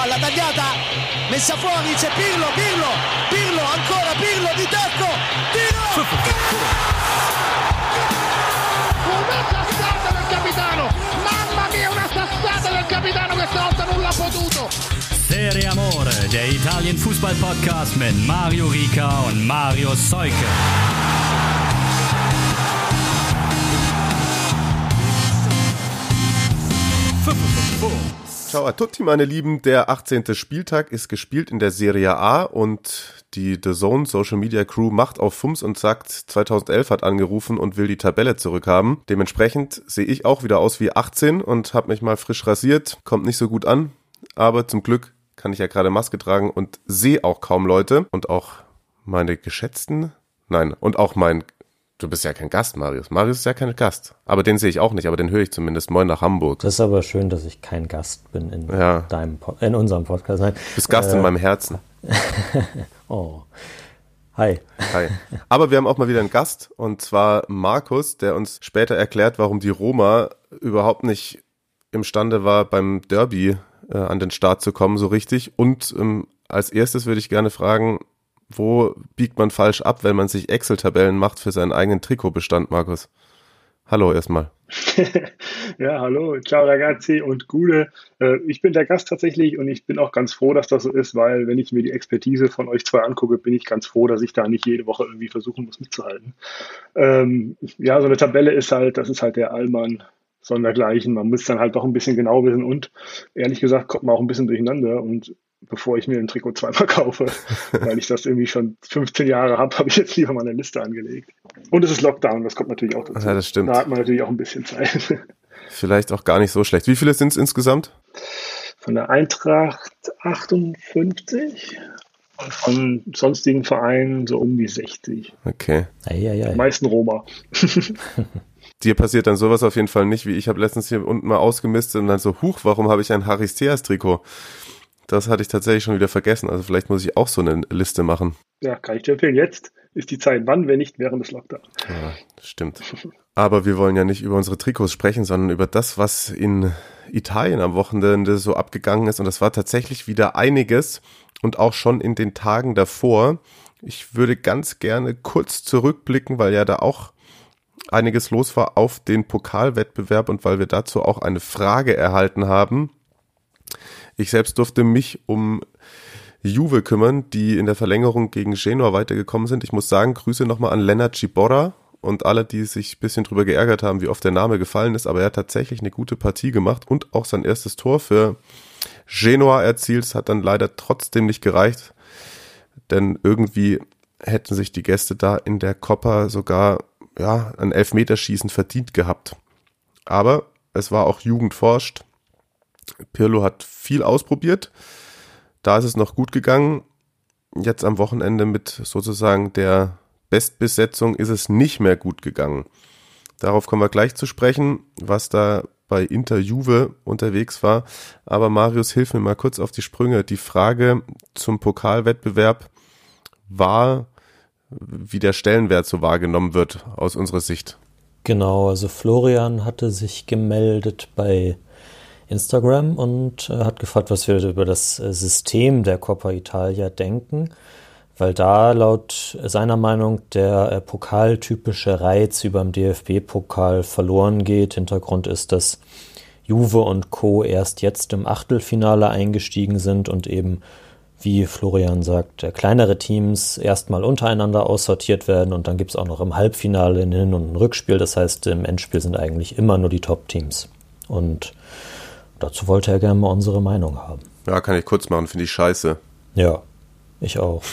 palla tagliata, messa fuori, c'è Pirlo, ancora Pirlo di tacco, tiro! Una sassata del capitano, mamma mia, una sassata del capitano, questa volta non l'ha potuto. Serie Amore, der Italien-Fußball-Podcast mit Mario Rica und Mario Seuke. Ciao a tutti, meine Lieben. Der 18. Spieltag ist gespielt in der Serie A und die DAZN Social Media Crew macht auf Fums und sagt, 2011 hat angerufen und will die Tabelle zurückhaben. Dementsprechend sehe ich auch wieder aus wie 18 und habe mich mal frisch rasiert. Kommt nicht so gut an, aber zum Glück kann ich ja gerade Maske tragen und sehe auch kaum Leute. Und auch meine geschätzten, und auch mein... Du bist ja kein Gast, Marius. Marius ist ja kein Gast. Aber den sehe ich auch nicht, aber den höre ich zumindest. Moin nach Hamburg. Das ist aber schön, dass ich kein Gast bin in unserem Podcast. Nein. Du bist Gast in meinem Herzen. Oh. Hi. Hi. Aber wir haben auch mal wieder einen Gast, und zwar Markus, der uns später erklärt, warum die Roma überhaupt nicht imstande war, beim Derby an den Start zu kommen, so richtig. Und als erstes würde ich gerne fragen, wo biegt man falsch ab, wenn man sich Excel-Tabellen macht für seinen eigenen Trikotbestand, Markus? Hallo erstmal. Ja, hallo, ciao ragazzi und Gude. Ich bin der Gast tatsächlich und ich bin auch ganz froh, dass das so ist, weil wenn ich mir die Expertise von euch zwei angucke, bin ich ganz froh, dass ich da nicht jede Woche irgendwie versuchen muss mitzuhalten. Ja, so eine Tabelle ist halt, das ist halt der Allmann sondergleichen. Man muss dann halt doch ein bisschen genau wissen und ehrlich gesagt kommt man auch ein bisschen durcheinander, und bevor ich mir ein Trikot zweimal kaufe, weil ich das irgendwie schon 15 Jahre habe ich jetzt lieber mal eine Liste angelegt. Und es ist Lockdown, das kommt natürlich auch dazu. Ja, das stimmt. Da hat man natürlich auch ein bisschen Zeit. Vielleicht auch gar nicht so schlecht. Wie viele sind es insgesamt? Von der Eintracht 58 und von sonstigen Vereinen so um die 60. Okay. Die meisten Roma. Dir passiert dann sowas auf jeden Fall nicht, wie ich habe letztens hier unten mal ausgemistet und dann so, warum habe ich ein Charisteas-Trikot? Das hatte ich tatsächlich schon wieder vergessen. Also vielleicht muss ich auch so eine Liste machen. Ja, kann ich dir empfehlen. Jetzt ist die Zeit. Wann, wenn nicht während des Lockdowns? Ja, stimmt. Aber wir wollen ja nicht über unsere Trikots sprechen, sondern über das, was in Italien am Wochenende so abgegangen ist. Und das war tatsächlich wieder einiges und auch schon in den Tagen davor. Ich würde ganz gerne kurz zurückblicken, weil ja da auch einiges los war auf den Pokalwettbewerb und weil wir dazu auch eine Frage erhalten haben. Ich selbst durfte mich um Juve kümmern, die in der Verlängerung gegen Genoa weitergekommen sind. Ich muss sagen, Grüße nochmal an Lennart Ciborra und alle, die sich ein bisschen drüber geärgert haben, wie oft der Name gefallen ist. Aber er hat tatsächlich eine gute Partie gemacht und auch sein erstes Tor für Genoa erzielt. Es hat dann leider trotzdem nicht gereicht, denn irgendwie hätten sich die Gäste da in der Coppa sogar ein Elfmeterschießen verdient gehabt. Aber es war auch Jugend forscht. Pirlo hat viel ausprobiert, da ist es noch gut gegangen. Jetzt am Wochenende mit sozusagen der Bestbesetzung ist es nicht mehr gut gegangen. Darauf kommen wir gleich zu sprechen, was da bei Inter Juve unterwegs war. Aber Marius, hilf mir mal kurz auf die Sprünge. Die Frage zum Pokalwettbewerb war, wie der Stellenwert so wahrgenommen wird aus unserer Sicht. Genau, also Florian hatte sich gemeldet bei Instagram und hat gefragt, was wir über das System der Coppa Italia denken, weil da laut seiner Meinung der pokaltypische Reiz über dem DFB-Pokal verloren geht. Hintergrund ist, dass Juve und Co. erst jetzt im Achtelfinale eingestiegen sind und eben, wie Florian sagt, kleinere Teams erstmal untereinander aussortiert werden und dann gibt es auch noch im Halbfinale ein Hin- und ein Rückspiel. Das heißt, im Endspiel sind eigentlich immer nur die Top-Teams. Und dazu wollte er gerne mal unsere Meinung haben. Ja, kann ich kurz machen, finde ich scheiße. Ja, ich auch.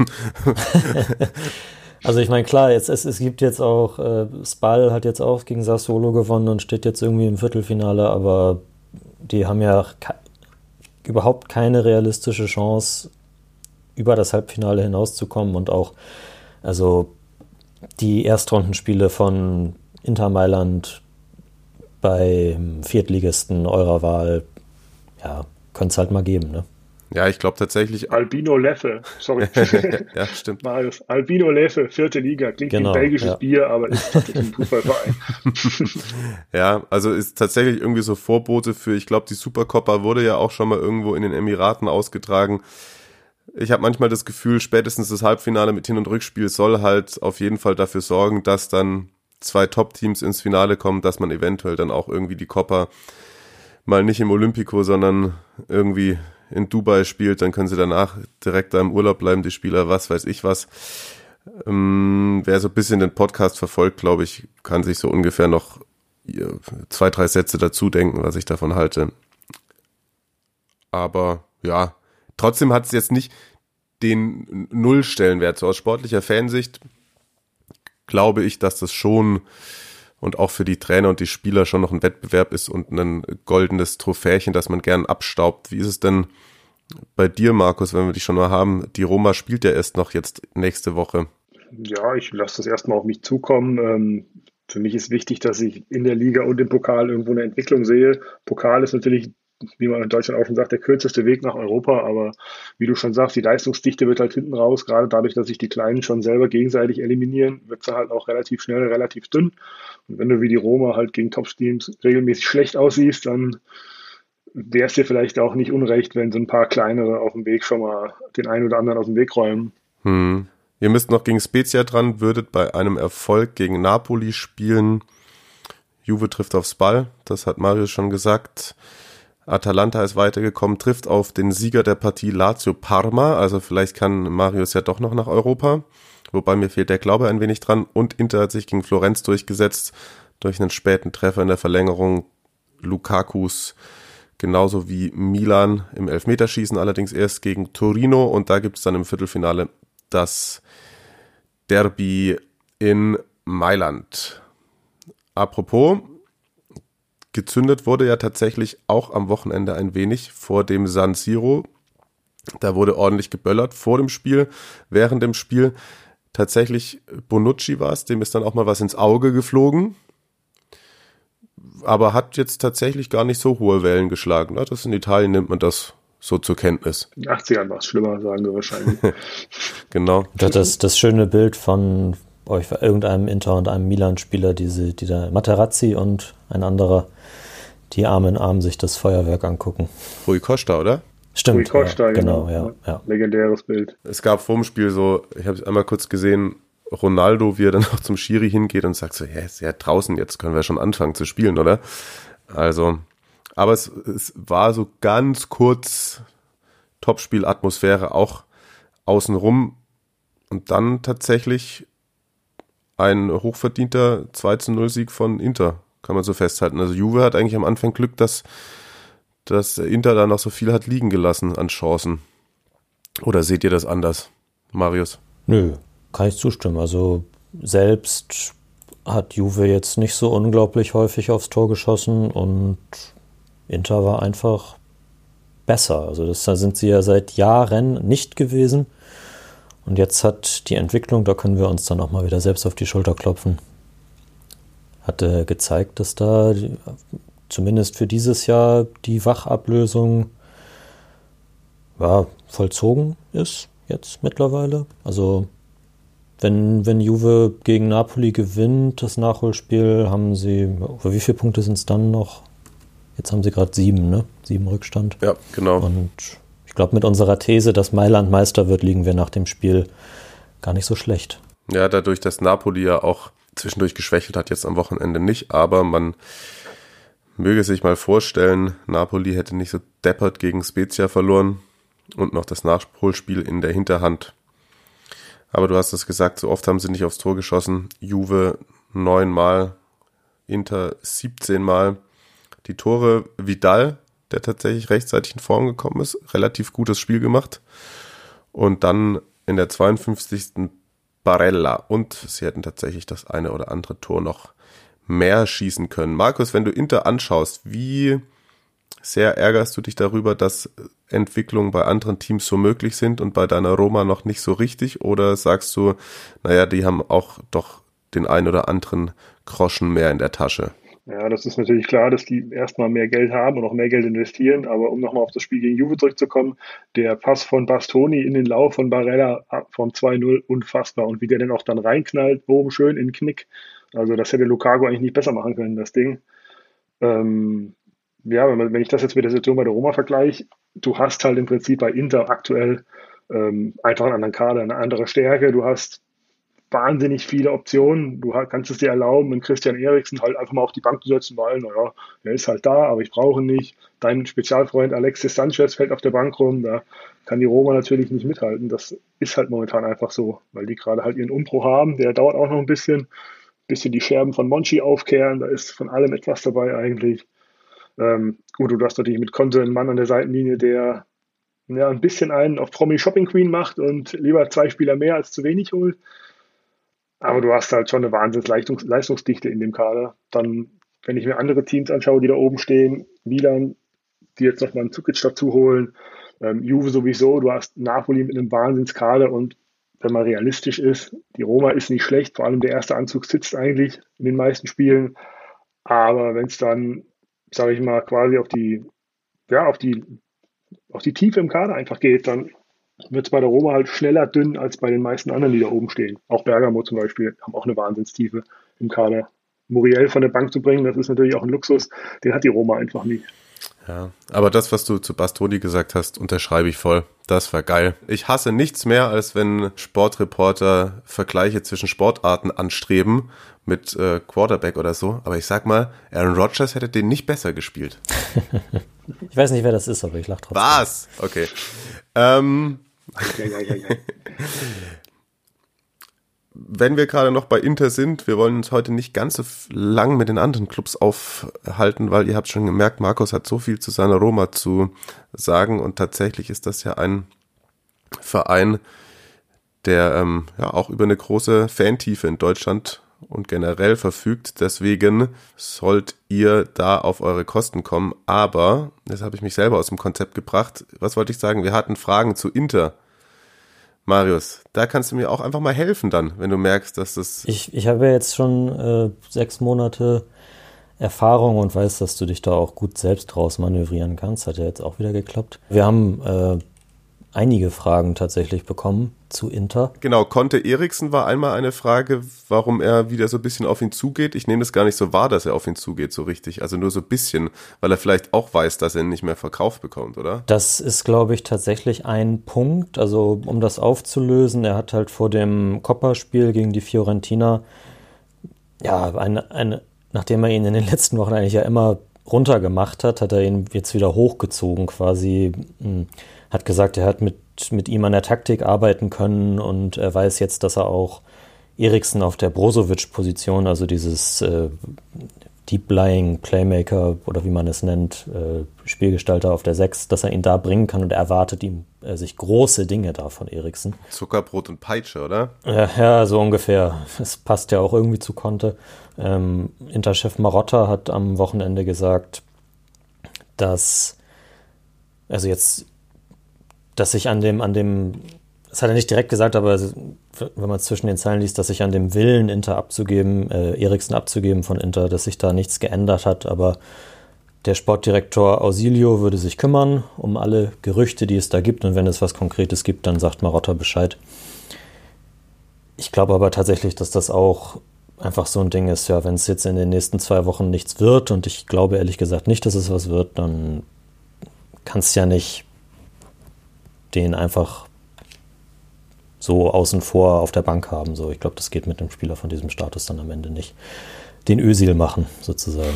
Also ich meine, klar, es gibt jetzt auch, Spal hat jetzt auch gegen Sassuolo gewonnen und steht jetzt irgendwie im Viertelfinale, aber die haben ja überhaupt keine realistische Chance, über das Halbfinale hinauszukommen und auch, also die Erstrundenspiele von Inter Mailand bei Viertligisten eurer Wahl, ja, könnte es halt mal geben, ne? Ja, ich glaube tatsächlich. Albino Leffe, sorry. Ja, stimmt. Marius, Albino Leffe, 4. Liga. Klingt wie ein belgisches Bier, aber ist tatsächlich ein Fußballverein. Ja, also ist tatsächlich irgendwie so Vorbote für, ich glaube, die Supercoppa wurde ja auch schon mal irgendwo in den Emiraten ausgetragen. Ich habe manchmal das Gefühl, spätestens das Halbfinale mit Hin- und Rückspiel soll halt auf jeden Fall dafür sorgen, dass dann 2 Top-Teams ins Finale kommen, dass man eventuell dann auch irgendwie die Coppa mal nicht im Olympico, sondern irgendwie in Dubai spielt, dann können sie danach direkt da im Urlaub bleiben, die Spieler, was weiß ich was. Wer so ein bisschen den Podcast verfolgt, glaube ich, kann sich so ungefähr noch 2, 3 Sätze dazu denken, was ich davon halte. Aber ja, trotzdem hat es jetzt nicht den Null-Stellenwert. So aus sportlicher Fansicht glaube ich, dass das schon und auch für die Trainer und die Spieler schon noch ein Wettbewerb ist und ein goldenes Trophächen, das man gern abstaubt. Wie ist es denn bei dir, Markus, wenn wir dich schon mal haben? Die Roma spielt ja erst noch jetzt nächste Woche. Ja, ich lasse das erstmal auf mich zukommen. Für mich ist wichtig, dass ich in der Liga und im Pokal irgendwo eine Entwicklung sehe. Pokal ist natürlich, wie man in Deutschland auch schon sagt, der kürzeste Weg nach Europa, aber wie du schon sagst, die Leistungsdichte wird halt hinten raus, gerade dadurch, dass sich die Kleinen schon selber gegenseitig eliminieren, wird sie halt auch relativ schnell, relativ dünn. Und wenn du wie die Roma halt gegen Top-Teams regelmäßig schlecht aussiehst, dann wäre es dir vielleicht auch nicht unrecht, wenn so ein paar kleinere auf dem Weg schon mal den einen oder anderen aus dem Weg räumen. Ihr müsst noch gegen Spezia dran, würdet bei einem Erfolg gegen Napoli spielen. Juve trifft aufs Ball, das hat Marius schon gesagt. Atalanta ist weitergekommen, trifft auf den Sieger der Partie Lazio Parma, also vielleicht kann Marius ja doch noch nach Europa, wobei mir fehlt der Glaube ein wenig dran. Und Inter hat sich gegen Florenz durchgesetzt, durch einen späten Treffer in der Verlängerung Lukakus, genauso wie Milan im Elfmeterschießen, allerdings erst gegen Torino, und da gibt es dann im Viertelfinale das Derby in Mailand. Apropos, gezündet wurde ja tatsächlich auch am Wochenende ein wenig vor dem San Siro. Da wurde ordentlich geböllert vor dem Spiel, während dem Spiel. Tatsächlich Bonucci war es, dem ist dann auch mal was ins Auge geflogen. Aber hat jetzt tatsächlich gar nicht so hohe Wellen geschlagen. Das in Italien nimmt man das so zur Kenntnis. In den 80ern war es schlimmer, sagen wir wahrscheinlich. Genau. Das schöne Bild von irgendeinem Inter- und einem Milan-Spieler, die da Materazzi und ein anderer, die Arm in Arm sich das Feuerwerk angucken. Rui Costa, oder? Stimmt. Rui Costa, ja, genau. Ja. Legendäres Bild. Es gab vor dem Spiel so, ich habe es einmal kurz gesehen, Ronaldo, wie er dann auch zum Schiri hingeht und sagt so, ja, ist ja draußen, jetzt können wir schon anfangen zu spielen, oder? Also, aber es war so ganz kurz Topspielatmosphäre auch außenrum und dann tatsächlich ein hochverdienter 2-0-Sieg von Inter, kann man so festhalten. Also Juve hat eigentlich am Anfang Glück, dass Inter da noch so viel hat liegen gelassen an Chancen. Oder seht ihr das anders, Marius? Nö, kann ich zustimmen. Also selbst hat Juve jetzt nicht so unglaublich häufig aufs Tor geschossen und Inter war einfach besser. Also da sind sie ja seit Jahren nicht gewesen. Und jetzt hat die Entwicklung, da können wir uns dann auch mal wieder selbst auf die Schulter klopfen, hat gezeigt, dass da zumindest für dieses Jahr die Wachablösung vollzogen ist jetzt mittlerweile. Also wenn Juve gegen Napoli gewinnt, das Nachholspiel, haben sie, wie viele Punkte sind es dann noch? Jetzt haben sie gerade 7, ne? 7 Rückstand. Ja, genau. Und ich glaube, mit unserer These, dass Mailand Meister wird, liegen wir nach dem Spiel gar nicht so schlecht. Ja, dadurch, dass Napoli ja auch zwischendurch geschwächelt hat, jetzt am Wochenende nicht, aber man möge sich mal vorstellen, Napoli hätte nicht so deppert gegen Spezia verloren und noch das Nachholspiel in der Hinterhand. Aber du hast es gesagt, so oft haben sie nicht aufs Tor geschossen. Juve 9 Mal, Inter 17 Mal. Die Tore Vidal, der tatsächlich rechtzeitig in Form gekommen ist, relativ gutes Spiel gemacht. Und dann in der 52. Barella. Und sie hätten tatsächlich das eine oder andere Tor noch mehr schießen können. Markus, wenn du Inter anschaust, wie sehr ärgerst du dich darüber, dass Entwicklungen bei anderen Teams so möglich sind und bei deiner Roma noch nicht so richtig? Oder sagst du, naja, die haben auch doch den ein oder anderen Groschen mehr in der Tasche? Ja, das ist natürlich klar, dass die erstmal mehr Geld haben und auch mehr Geld investieren. Aber um nochmal auf das Spiel gegen Juve zurückzukommen, der Pass von Bastoni in den Lauf von Barella vom 2-0, unfassbar. Und wie der dann auch dann reinknallt, oben schön in den Knick. Also das hätte Lukaku eigentlich nicht besser machen können, das Ding. Ja, wenn ich das jetzt mit der Situation bei der Roma vergleiche, du hast halt im Prinzip bei Inter aktuell einfach einen anderen Kader, eine andere Stärke. Du hast wahnsinnig viele Optionen. Du kannst es dir erlauben, einen Christian Eriksen halt einfach mal auf die Bank zu setzen, weil, naja, er ist halt da, aber ich brauche ihn nicht. Dein Spezialfreund Alexis Sanchez fällt auf der Bank rum, da kann die Roma natürlich nicht mithalten. Das ist halt momentan einfach so, weil die gerade halt ihren Umbruch haben. Der dauert auch noch ein bisschen die Scherben von Monchi aufkehren, da ist von allem etwas dabei eigentlich. Gut, du hast natürlich mit Conte einen Mann an der Seitenlinie, der ja ein bisschen einen auf Promi Shopping Queen macht und lieber 2 Spieler mehr als zu wenig holt. Aber du hast halt schon eine Wahnsinns-Leistungsdichte in dem Kader. Dann, wenn ich mir andere Teams anschaue, die da oben stehen, Milan, die jetzt nochmal einen Zukic dazu holen, Juve sowieso, du hast Napoli mit einem Wahnsinnskader und wenn man realistisch ist, die Roma ist nicht schlecht, vor allem der erste Anzug sitzt eigentlich in den meisten Spielen. Aber wenn es dann, sage ich mal, quasi auf die Tiefe im Kader einfach geht, dann wird es bei der Roma halt schneller dünn als bei den meisten anderen, die da oben stehen. Auch Bergamo zum Beispiel haben auch eine Wahnsinnstiefe im Kader. Muriel von der Bank zu bringen, das ist natürlich auch ein Luxus, den hat die Roma einfach nicht. Ja, aber das, was du zu Bastoni gesagt hast, unterschreibe ich voll. Das war geil. Ich hasse nichts mehr, als wenn Sportreporter Vergleiche zwischen Sportarten anstreben mit Quarterback oder so. Aber ich sag mal, Aaron Rodgers hätte den nicht besser gespielt. Ich weiß nicht, wer das ist, aber ich lach trotzdem. Was? Okay. Wenn wir gerade noch bei Inter sind, wir wollen uns heute nicht ganz so lang mit den anderen Clubs aufhalten, weil ihr habt schon gemerkt, Markus hat so viel zu seiner Roma zu sagen und tatsächlich ist das ja ein Verein, der ja auch über eine große Fantiefe in Deutschland und generell verfügt. Deswegen sollt ihr da auf eure Kosten kommen. Aber, das habe ich mich selber aus dem Konzept gebracht. Was wollte ich sagen? Wir hatten Fragen zu Inter. Marius, da kannst du mir auch einfach mal helfen dann, wenn du merkst, dass das... Ich habe ja jetzt schon 6 Monate Erfahrung und weiß, dass du dich da auch gut selbst raus manövrieren kannst. Hat ja jetzt auch wieder geklappt. Wir haben einige Fragen tatsächlich bekommen zu Inter. Genau, Conte Eriksen war einmal eine Frage, warum er wieder so ein bisschen auf ihn zugeht. Ich nehme das gar nicht so wahr, dass er auf ihn zugeht so richtig. Also nur so ein bisschen, weil er vielleicht auch weiß, dass er ihn nicht mehr verkauft bekommt, oder? Das ist, glaube ich, tatsächlich ein Punkt. Also um das aufzulösen, er hat halt vor dem Coppa-Spiel gegen die Fiorentina, ja, nachdem er ihn in den letzten Wochen eigentlich ja immer runtergemacht hat, hat er ihn jetzt wieder hochgezogen quasi. Hat gesagt, er hat mit ihm an der Taktik arbeiten können und er weiß jetzt, dass er auch Eriksen auf der Brozovic-Position, also dieses Deep-Lying Playmaker oder wie man es nennt, Spielgestalter auf der 6, dass er ihn da bringen kann und er erwartet sich große Dinge da von Eriksen. Zuckerbrot und Peitsche, oder? Ja, so ungefähr. Es passt ja auch irgendwie zu Conte. Interchef Marotta hat am Wochenende gesagt, dass sich an dem, das hat er nicht direkt gesagt, aber wenn man es zwischen den Zeilen liest, dass sich an dem Willen, Eriksen abzugeben von Inter, dass sich da nichts geändert hat, aber der Sportdirektor Ausilio würde sich kümmern um alle Gerüchte, die es da gibt und wenn es was Konkretes gibt, dann sagt Marotta Bescheid. Ich glaube aber tatsächlich, dass das auch einfach so ein Ding ist, ja, wenn es jetzt in den nächsten 2 Wochen nichts wird und ich glaube ehrlich gesagt nicht, dass es was wird, dann kannst du ja nicht den einfach so außen vor auf der Bank haben. So, ich glaube, das geht mit einem Spieler von diesem Status dann am Ende nicht. Den Özil machen, sozusagen.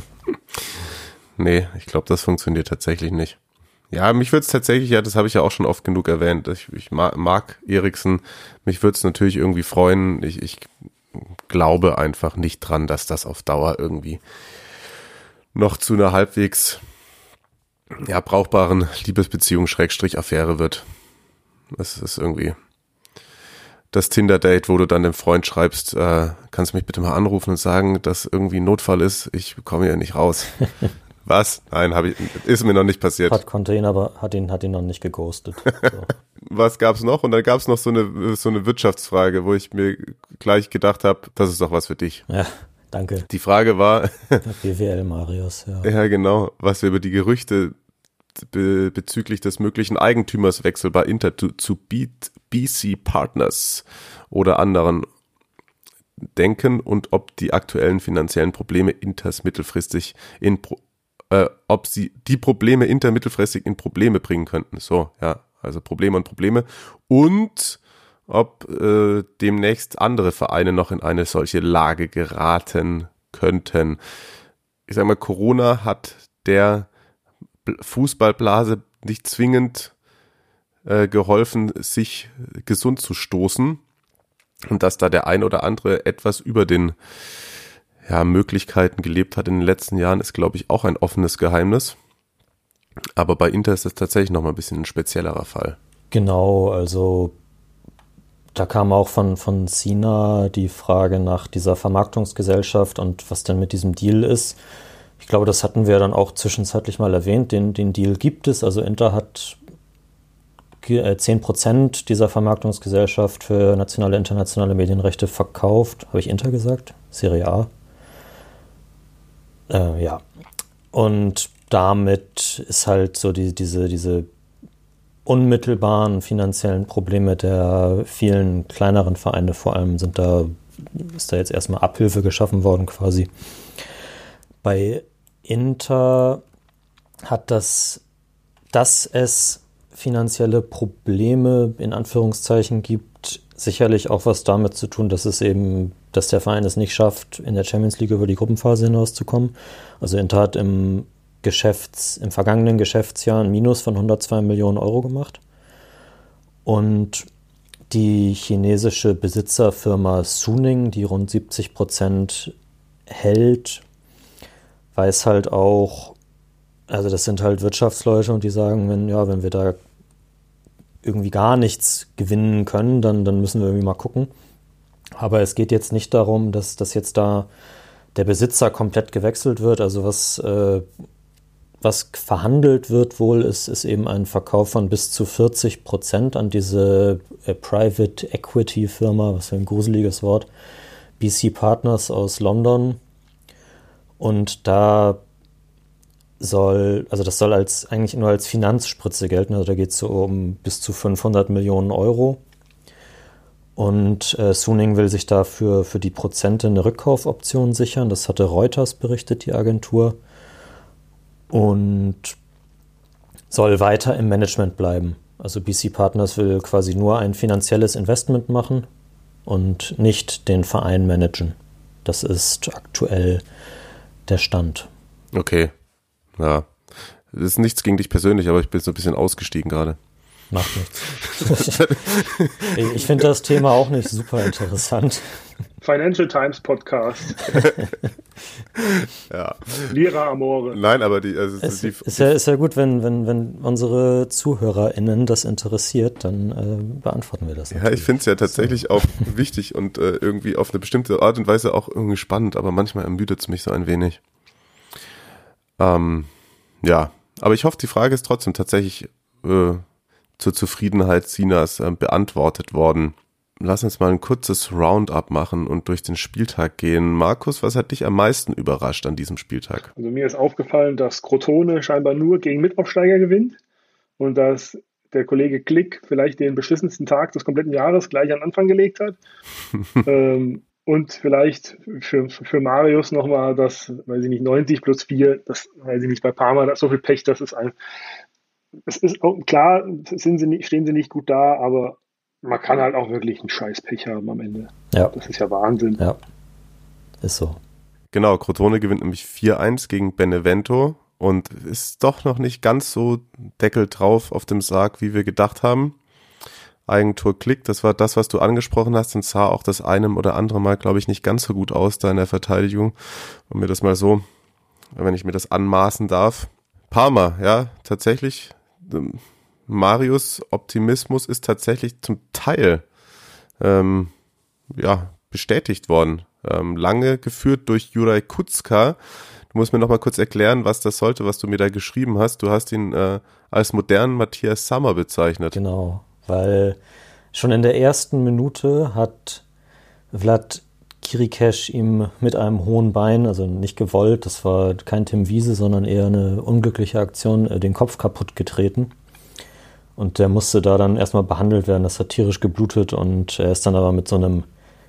Nee, ich glaube, das funktioniert tatsächlich nicht. Ja, mich würde es tatsächlich, ja, das habe ich ja auch schon oft genug erwähnt, ich mag Eriksen, mich würde es natürlich irgendwie freuen, ich glaube einfach nicht dran, dass das auf Dauer irgendwie noch zu einer halbwegs brauchbaren Liebesbeziehung /Affäre wird. Das ist irgendwie das Tinder-Date, wo du dann dem Freund schreibst, kannst du mich bitte mal anrufen und sagen, dass irgendwie ein Notfall ist, ich komme hier nicht raus. Was? Nein, ist mir noch nicht passiert. Hat ihn aber hat ihn noch nicht geghostet. So. Was gab's noch? Und dann gab's noch so eine Wirtschaftsfrage, wo ich mir gleich gedacht habe, das ist doch was für dich. Ja, Danke. Die Frage war, BWL Marius, ja. ja genau, was wir über die Gerüchte bezüglich des möglichen Eigentümerswechsels bei Inter zu BC Partners oder anderen denken und ob die aktuellen finanziellen Probleme Inters mittelfristig ob sie die Probleme Inter mittelfristig in Probleme bringen könnten. So, ja, also Probleme und Probleme. Und ob demnächst andere Vereine noch in eine solche Lage geraten könnten. Ich sag mal, Corona hat der Fußballblase nicht zwingend geholfen, sich gesund zu stoßen. Und dass da der ein oder andere etwas über den Möglichkeiten gelebt hat in den letzten Jahren, ist, glaube ich, auch ein offenes Geheimnis. Aber bei Inter ist das tatsächlich nochmal ein bisschen ein speziellerer Fall. Genau, also da kam auch von Sina die Frage nach dieser Vermarktungsgesellschaft und was denn mit diesem Deal ist. Ich glaube, das hatten wir dann auch zwischenzeitlich mal erwähnt. Den Deal gibt es. Also Inter hat 10% dieser Vermarktungsgesellschaft für nationale, internationale Medienrechte verkauft. Habe ich Inter gesagt? Serie A. Ja. Und damit ist halt so diese unmittelbaren finanziellen Probleme der vielen kleineren Vereine vor allem ist da jetzt erstmal Abhilfe geschaffen worden quasi. Bei Inter hat dass es finanzielle Probleme in Anführungszeichen gibt, sicherlich auch was damit zu tun, dass der Verein es nicht schafft, in der Champions League über die Gruppenphase hinauszukommen. Also Inter hat im vergangenen Geschäftsjahr ein Minus von 102 Millionen Euro gemacht. Und die chinesische Besitzerfirma Suning, die rund 70% hält, weiß halt auch, also das sind halt Wirtschaftsleute und die sagen, wenn wir da irgendwie gar nichts gewinnen können, dann müssen wir irgendwie mal gucken. Aber es geht jetzt nicht darum, dass jetzt da der Besitzer komplett gewechselt wird. Also was verhandelt wird wohl, ist eben ein Verkauf von bis zu 40% an diese Private Equity Firma, was für ein gruseliges Wort, BC Partners aus London. Und das soll eigentlich nur als Finanzspritze gelten. Also da geht es so um bis zu 500 Millionen Euro. Und Suning will sich dafür für die Prozente eine Rückkaufoption sichern. Das hatte Reuters berichtet, die Agentur. Und soll weiter im Management bleiben. Also BC Partners will quasi nur ein finanzielles Investment machen und nicht den Verein managen. Das ist aktuell der Stand. Okay, ja. Das ist nichts gegen dich persönlich, aber ich bin so ein bisschen ausgestiegen gerade. Macht nichts. Ich finde das Thema auch nicht super interessant. Financial Times Podcast. Ja. Lira Amore. Nein, aber ist ja gut, wenn unsere ZuhörerInnen das interessiert, dann beantworten wir das. Ja, ich finde es ja tatsächlich auch wichtig und irgendwie auf eine bestimmte Art und Weise auch irgendwie spannend, aber manchmal ermüdet es mich so ein wenig. Ja, aber ich hoffe, die Frage ist trotzdem tatsächlich zur Zufriedenheit Sinas beantwortet worden. Lass uns mal ein kurzes Roundup machen und durch den Spieltag gehen. Markus, was hat dich am meisten überrascht an diesem Spieltag? Also mir ist aufgefallen, dass Crotone scheinbar nur gegen Mitaufsteiger gewinnt und dass der Kollege Klick vielleicht den beschissensten Tag des kompletten Jahres gleich an Anfang gelegt hat. Und vielleicht für Marius nochmal das, weiß ich nicht, 90 plus 4, das weiß ich nicht, bei Parma, das ist so viel Pech, das ist es ist auch, klar, stehen sie nicht gut da, aber man kann halt auch wirklich einen scheiß Pech haben am Ende. Ja. Das ist ja Wahnsinn. Ja, ist so. Genau, Crotone gewinnt nämlich 4-1 gegen Benevento und ist doch noch nicht ganz so Deckel drauf auf dem Sarg, wie wir gedacht haben. Eigentor Klick, das war das, was du angesprochen hast und sah auch das einem oder andere Mal, glaube ich, nicht ganz so gut aus da in der Verteidigung. Und mir das mal so, wenn ich mir das anmaßen darf. Parma, ja, tatsächlich, Marius Optimismus ist tatsächlich zum Teil bestätigt worden. Lange geführt durch Juraj Kucka. Du musst mir noch mal kurz erklären, was das sollte, was du mir da geschrieben hast. Du hast ihn als modernen Matthias Sammer bezeichnet. Genau, weil schon in der ersten Minute hat Vlad Kirikesh ihm mit einem hohen Bein, also nicht gewollt, das war kein Tim Wiese, sondern eher eine unglückliche Aktion, den Kopf kaputt getreten. Und der musste da dann erstmal behandelt werden, das hat tierisch geblutet und er ist dann aber mit so einem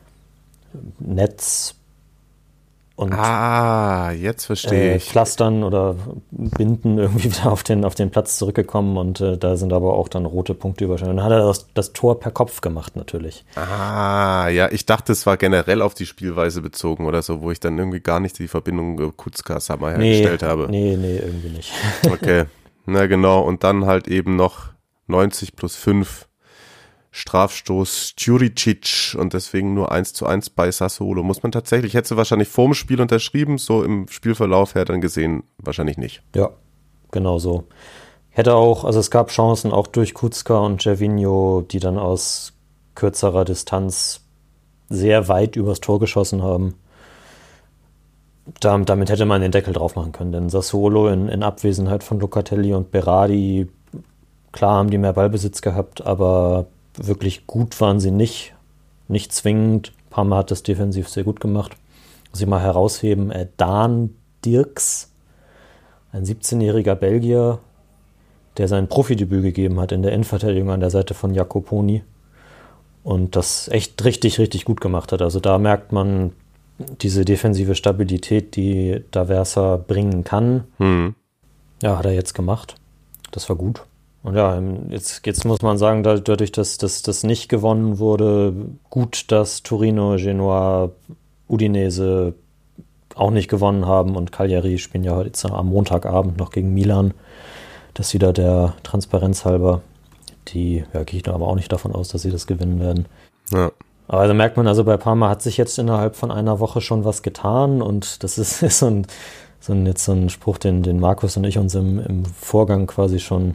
Netz und jetzt verstehe ich. Pflastern oder Binden irgendwie wieder auf den Platz zurückgekommen und da sind aber auch dann rote Punkte überschritten. Dann hat er das Tor per Kopf gemacht natürlich. Ja, ich dachte, es war generell auf die Spielweise bezogen oder so, wo ich dann irgendwie gar nicht die Verbindung Kucka-Sammer hergestellt habe. Nee, irgendwie nicht. Okay, na genau. Und dann halt eben noch 90 plus 5 Strafstoß Djuricic und deswegen nur 1:1 bei Sassuolo. Muss man tatsächlich, hätte sie wahrscheinlich vorm Spiel unterschrieben, so im Spielverlauf her dann gesehen, wahrscheinlich nicht. Ja, genau so. Hätte auch, also es gab Chancen auch durch Kucka und Gervinho, die dann aus kürzerer Distanz sehr weit übers Tor geschossen haben. Damit hätte man den Deckel drauf machen können, denn Sassuolo in Abwesenheit von Locatelli und Berardi, klar haben die mehr Ballbesitz gehabt, aber wirklich gut waren sie nicht zwingend. Parma hat das defensiv sehr gut gemacht. Muss ich mal herausheben, Dan Dirks, ein 17-jähriger Belgier, der sein Profidebüt gegeben hat in der Innenverteidigung an der Seite von Jacoponi und das echt richtig, richtig gut gemacht hat. Also da merkt man diese defensive Stabilität, die D'Aversa bringen kann. Ja, hat er jetzt gemacht. Das war gut. Und ja, jetzt muss man sagen, dadurch, dass das nicht gewonnen wurde, gut, dass Torino, Genoa, Udinese auch nicht gewonnen haben und Cagliari spielen ja heute am Montagabend noch gegen Milan. Das wieder der Transparenz halber. Gehe ich aber auch nicht davon aus, dass sie das gewinnen werden. Ja. Aber da merkt man, also bei Parma hat sich jetzt innerhalb von einer Woche schon was getan und das ist so ein Spruch, den Markus und ich uns im Vorgang quasi schon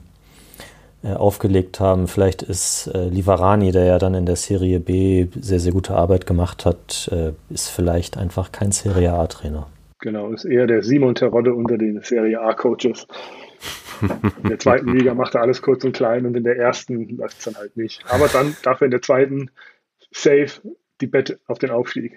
aufgelegt haben. Vielleicht ist Liverani, der ja dann in der Serie B sehr, sehr gute Arbeit gemacht hat, ist vielleicht einfach kein Serie A-Trainer. Genau, ist eher der Simon Terodde unter den Serie A-Coaches. In der zweiten Liga macht er alles kurz und klein und in der ersten läuft es dann halt nicht. Aber dann darf er in der zweiten safe die Wette auf den Aufstieg.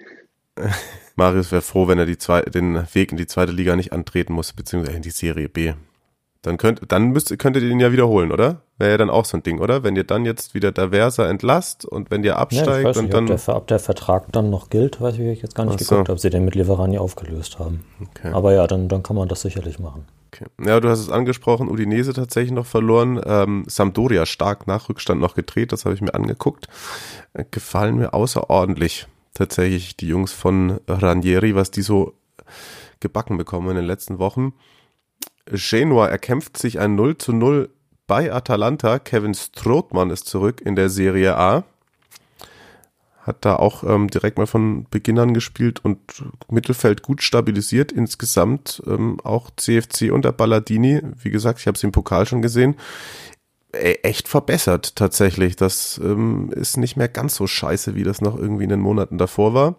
Marius wäre froh, wenn er den Weg in die zweite Liga nicht antreten muss, beziehungsweise in die Serie B. Dann könntet ihr den ja wiederholen, oder? Wäre ja dann auch so ein Ding, oder? Wenn ihr dann jetzt wieder D'Aversa entlasst und wenn ihr absteigt ja, ich weiß nicht, und dann... ob der Vertrag dann noch gilt, weiß ich jetzt gar nicht geguckt, ob sie den mit Liverani aufgelöst haben. Okay. Aber ja, dann kann man das sicherlich machen. Okay. Ja, du hast es angesprochen, Udinese tatsächlich noch verloren, Sampdoria stark nach Rückstand noch gedreht, das habe ich mir angeguckt. Gefallen mir außerordentlich tatsächlich die Jungs von Ranieri, was die so gebacken bekommen in den letzten Wochen. Genoa erkämpft sich ein 0:0 bei Atalanta. Kevin Strootman ist zurück in der Serie A. Hat da auch direkt mal von Beginn an gespielt und Mittelfeld gut stabilisiert. Insgesamt auch CFC unter Balladini. Wie gesagt, ich habe es im Pokal schon gesehen. Echt verbessert tatsächlich. Das ist nicht mehr ganz so scheiße, wie das noch irgendwie in den Monaten davor war.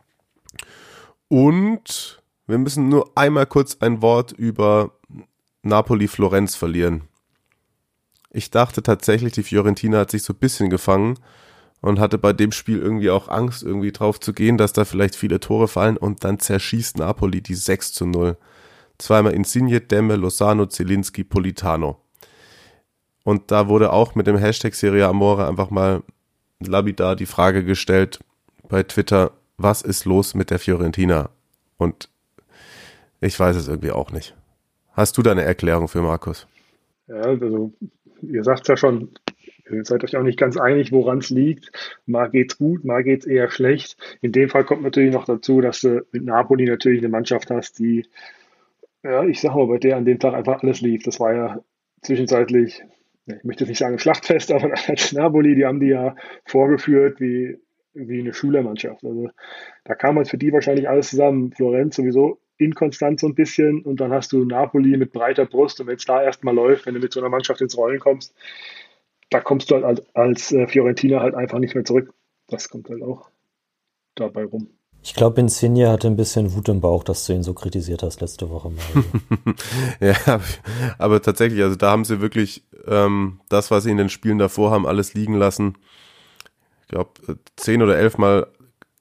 Und wir müssen nur einmal kurz ein Wort über Napoli-Florenz verlieren. Ich dachte tatsächlich, die Fiorentina hat sich so ein bisschen gefangen und hatte bei dem Spiel irgendwie auch Angst, irgendwie drauf zu gehen, dass da vielleicht viele Tore fallen und dann zerschießt Napoli die 6:0. Zweimal Insigne, Demme, Lozano, Zielinski, Politano. Und da wurde auch mit dem Hashtag Serie Amore einfach mal lapidar die Frage gestellt bei Twitter, was ist los mit der Fiorentina? Und ich weiß es irgendwie auch nicht. Hast du da eine Erklärung für Markus? Ja, also ihr sagt es ja schon, ihr seid euch auch nicht ganz einig, woran es liegt. Mal geht's gut, mal geht's eher schlecht. In dem Fall kommt natürlich noch dazu, dass du mit Napoli natürlich eine Mannschaft hast, die, ja, ich sag mal, bei der an dem Tag einfach alles lief. Das war ja zwischenzeitlich, ich möchte jetzt nicht sagen Schlachtfest, aber als Napoli, die haben die ja vorgeführt wie eine Schülermannschaft. Also da kam halt für die wahrscheinlich alles zusammen. Florenz sowieso inkonstant so ein bisschen und dann hast du Napoli mit breiter Brust und wenn es da erstmal läuft, wenn du mit so einer Mannschaft ins Rollen kommst, da kommst du halt als Fiorentina halt einfach nicht mehr zurück. Das kommt halt auch dabei rum. Ich glaube, Insigne hatte ein bisschen Wut im Bauch, dass du ihn so kritisiert hast letzte Woche mal. Ja, aber tatsächlich, also da haben sie wirklich das, was sie in den Spielen davor haben, alles liegen lassen. Ich glaube, 10 oder 11 Mal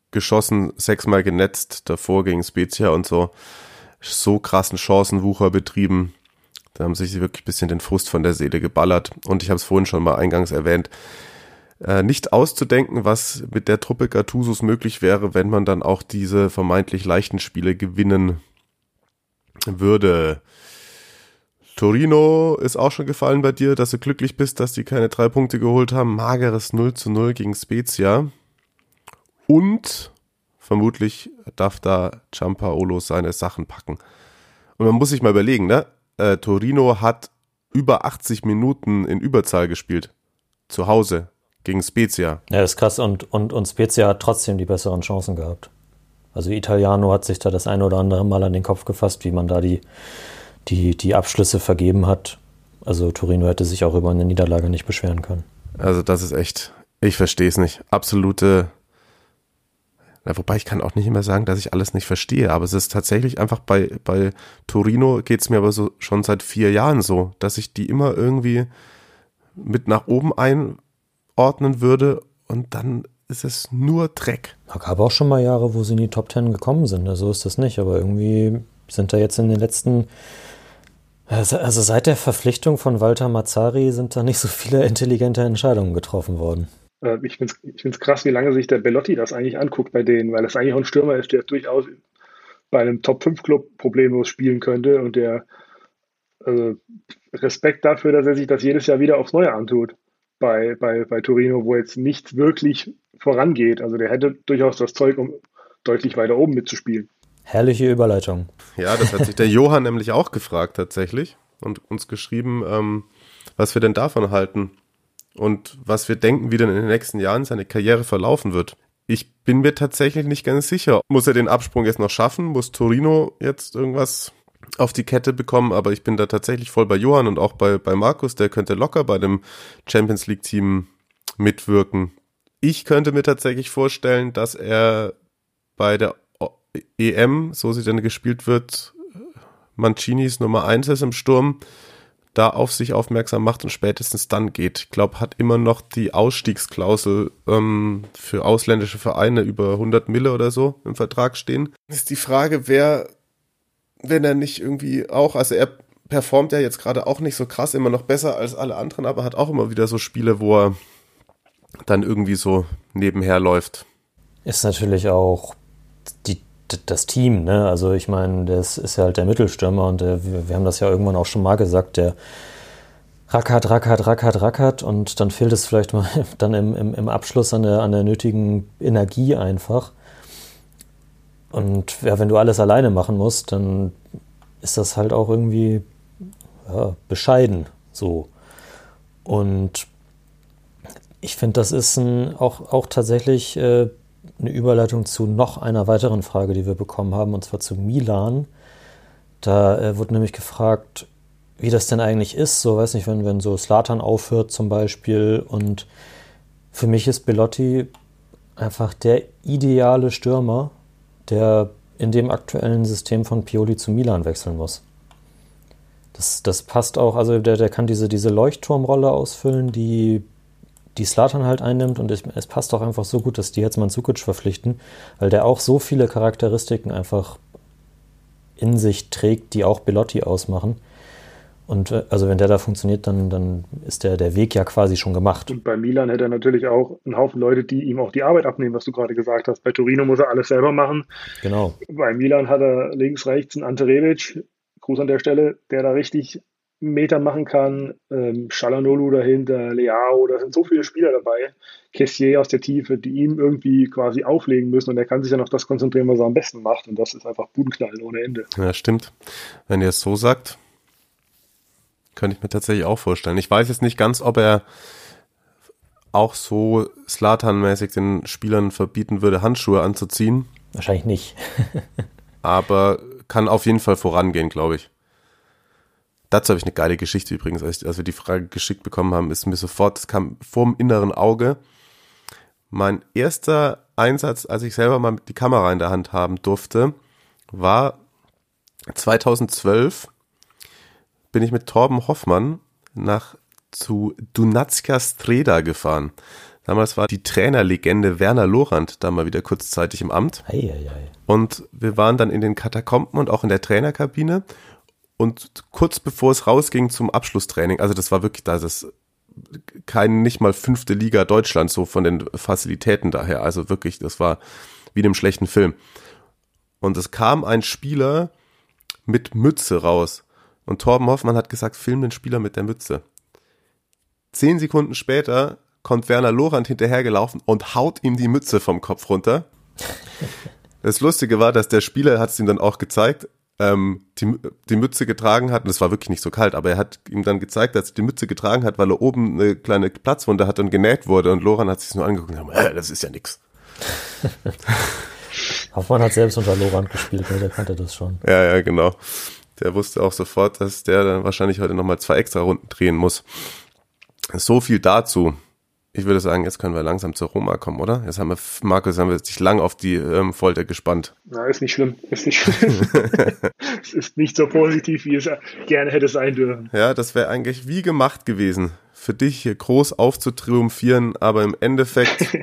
geschossen, 6-mal genetzt, davor gegen Spezia und so krassen Chancenwucher betrieben. Da haben sich wirklich ein bisschen den Frust von der Seele geballert. Und ich habe es vorhin schon mal eingangs erwähnt, nicht auszudenken, was mit der Truppe Gattusos möglich wäre, wenn man dann auch diese vermeintlich leichten Spiele gewinnen würde. Torino ist auch schon gefallen bei dir, dass du glücklich bist, dass die keine 3 Punkte geholt haben. Mageres 0:0 gegen Spezia. Und vermutlich darf da Giampaolo seine Sachen packen. Und man muss sich mal überlegen, ne? Torino hat über 80 Minuten in Überzahl gespielt. Zu Hause gegen Spezia. Ja, das ist krass. Und Spezia hat trotzdem die besseren Chancen gehabt. Also Italiano hat sich da das ein oder andere Mal an den Kopf gefasst, wie man da die Abschlüsse vergeben hat. Also Torino hätte sich auch über eine Niederlage nicht beschweren können. Also das ist echt, ich verstehe es nicht. Absolute, wobei ich kann auch nicht immer sagen, dass ich alles nicht verstehe, aber es ist tatsächlich einfach bei Torino geht es mir aber so schon seit 4 Jahren so, dass ich die immer irgendwie mit nach oben einordnen würde und dann ist es nur Dreck. Es gab auch schon mal Jahre, wo sie in die Top 10 gekommen sind, so ist das nicht, aber irgendwie sind da jetzt in den letzten, also seit der Verpflichtung von Walter Mazzarri sind da nicht so viele intelligente Entscheidungen getroffen worden. Ich find's krass, wie lange sich der Bellotti das eigentlich anguckt bei denen, weil das eigentlich auch ein Stürmer ist, der durchaus bei einem Top-5-Club problemlos spielen könnte und der Respekt dafür, dass er sich das jedes Jahr wieder aufs Neue antut bei Torino, wo jetzt nichts wirklich vorangeht. Also der hätte durchaus das Zeug, um deutlich weiter oben mitzuspielen. Herrliche Überleitung. Ja, das hat sich der Johann nämlich auch gefragt tatsächlich und uns geschrieben, was wir denn davon halten. Und was wir denken, wie denn in den nächsten Jahren seine Karriere verlaufen wird. Ich bin mir tatsächlich nicht ganz sicher. Muss er den Absprung jetzt noch schaffen? Muss Torino jetzt irgendwas auf die Kette bekommen? Aber ich bin da tatsächlich voll bei Johann und auch bei Markus. Der könnte locker bei dem Champions League Team mitwirken. Ich könnte mir tatsächlich vorstellen, dass er bei der EM, so sie denn gespielt wird, Mancinis Nummer 1 ist im Sturm, da auf sich aufmerksam macht und spätestens dann geht. Ich glaube, hat immer noch die Ausstiegsklausel für ausländische Vereine über 100 Mille oder so im Vertrag stehen. Ist die Frage, wenn er nicht irgendwie auch, also er performt ja jetzt gerade auch nicht so krass, immer noch besser als alle anderen, aber hat auch immer wieder so Spiele, wo er dann irgendwie so nebenher läuft. Ist natürlich auch das Team, ne? Also ich meine, das ist ja halt der Mittelstürmer und wir haben das ja irgendwann auch schon mal gesagt, der rackert und dann fehlt es vielleicht mal dann im Abschluss an der nötigen Energie einfach. Und ja, wenn du alles alleine machen musst, dann ist das halt auch irgendwie bescheiden so. Und ich finde, das ist auch tatsächlich eine Überleitung zu noch einer weiteren Frage, die wir bekommen haben, und zwar zu Milan. Da wurde nämlich gefragt, wie das denn eigentlich ist, so, weiß nicht, wenn so Zlatan aufhört zum Beispiel, und für mich ist Belotti einfach der ideale Stürmer, der in dem aktuellen System von Pioli zu Milan wechseln muss. Das passt auch, also der kann diese Leuchtturmrolle ausfüllen, die Zlatan halt einnimmt, und es passt auch einfach so gut, dass die jetzt Mandzukic verpflichten, weil der auch so viele Charakteristiken einfach in sich trägt, die auch Belotti ausmachen. Und also wenn der da funktioniert, dann ist der Weg ja quasi schon gemacht. Und bei Milan hätte er natürlich auch einen Haufen Leute, die ihm auch die Arbeit abnehmen, was du gerade gesagt hast. Bei Torino muss er alles selber machen. Genau. Bei Milan hat er links, rechts einen Ante Rebic, Gruß an der Stelle, der da richtig Meter machen kann, Çalhanoğlu dahinter, Leao, da sind so viele Spieler dabei, Kessié aus der Tiefe, die ihm irgendwie quasi auflegen müssen, und er kann sich dann auf das konzentrieren, was er am besten macht, und das ist einfach Budenknallen ohne Ende. Ja, stimmt. Wenn ihr es so sagt, könnte ich mir tatsächlich auch vorstellen. Ich weiß jetzt nicht ganz, ob er auch so Zlatan-mäßig den Spielern verbieten würde, Handschuhe anzuziehen. Wahrscheinlich nicht. Aber kann auf jeden Fall vorangehen, glaube ich. Dazu habe ich eine geile Geschichte übrigens. Als wir die Frage geschickt bekommen haben, ist mir sofort, das kam vorm inneren Auge. Mein erster Einsatz, als ich selber mal die Kamera in der Hand haben durfte, war 2012. Bin ich mit Torben Hoffmann zu Dunajska Streda gefahren. Damals war die Trainerlegende Werner Lorand da mal wieder kurzzeitig im Amt. Und wir waren dann in den Katakomben und auch in der Trainerkabine. Und kurz bevor es rausging zum Abschlusstraining, also das war wirklich, das ist nicht mal 5. Liga Deutschland, so von den Facilitäten daher. Also wirklich, das war wie in einem schlechten Film. Und es kam ein Spieler mit Mütze raus. Und Torben Hoffmann hat gesagt, film den Spieler mit der Mütze. 10 Sekunden später kommt Werner Lorand hinterhergelaufen und haut ihm die Mütze vom Kopf runter. Das Lustige war, dass der Spieler, hat es ihm dann auch gezeigt, die Mütze getragen hat, und es war wirklich nicht so kalt, aber er hat ihm dann gezeigt, dass er die Mütze getragen hat, weil er oben eine kleine Platzwunde hat und genäht wurde, und Lorand hat sich nur angeguckt und gesagt, das ist ja nix. Hoffmann hat selbst unter Lorand gespielt, ne? Der kannte das schon. Ja, genau. Der wusste auch sofort, dass der dann wahrscheinlich heute nochmal 2 extra Runden drehen muss. So viel dazu. Ich würde sagen, jetzt können wir langsam zur Roma kommen, oder? Jetzt haben wir dich lang auf die Folter gespannt. Na, ist nicht schlimm. Es ist nicht so positiv, wie es gerne hätte sein dürfen. Ja, das wäre eigentlich wie gemacht gewesen, für dich hier groß aufzutriumphieren, aber im Endeffekt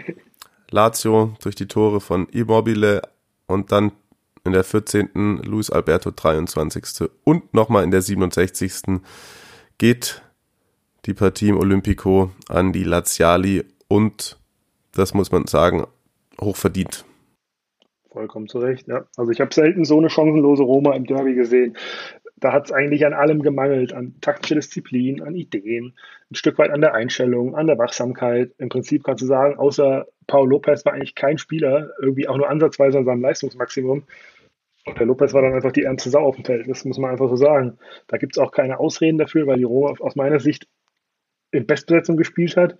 Lazio durch die Tore von Immobile und dann in der 14. Luis Alberto 23. und nochmal in der 67. geht die Partie im Olimpico an die Laziali, und das muss man sagen, hochverdient. Vollkommen zu Recht, ja. Also ich habe selten so eine chancenlose Roma im Derby gesehen. Da hat es eigentlich an allem gemangelt, an taktischer Disziplin, an Ideen, ein Stück weit an der Einstellung, an der Wachsamkeit. Im Prinzip kannst du sagen, außer Paul Lopez war eigentlich kein Spieler irgendwie auch nur ansatzweise an seinem Leistungsmaximum. Und der Lopez war dann einfach die ärmste Sau auf dem Feld. Das muss man einfach so sagen. Da gibt es auch keine Ausreden dafür, weil die Roma aus meiner Sicht in Bestbesetzung gespielt hat.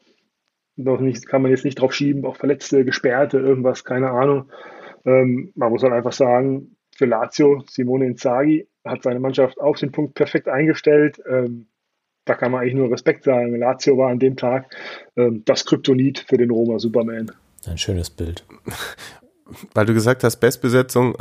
Kann man jetzt nicht drauf schieben, auch Verletzte, Gesperrte, irgendwas, keine Ahnung. Man muss halt einfach sagen, für Lazio, Simone Inzaghi hat seine Mannschaft auf den Punkt perfekt eingestellt. Da kann man eigentlich nur Respekt sagen. Lazio war an dem Tag das Kryptonit für den Roma Superman. Ein schönes Bild. Weil du gesagt hast, Bestbesetzung,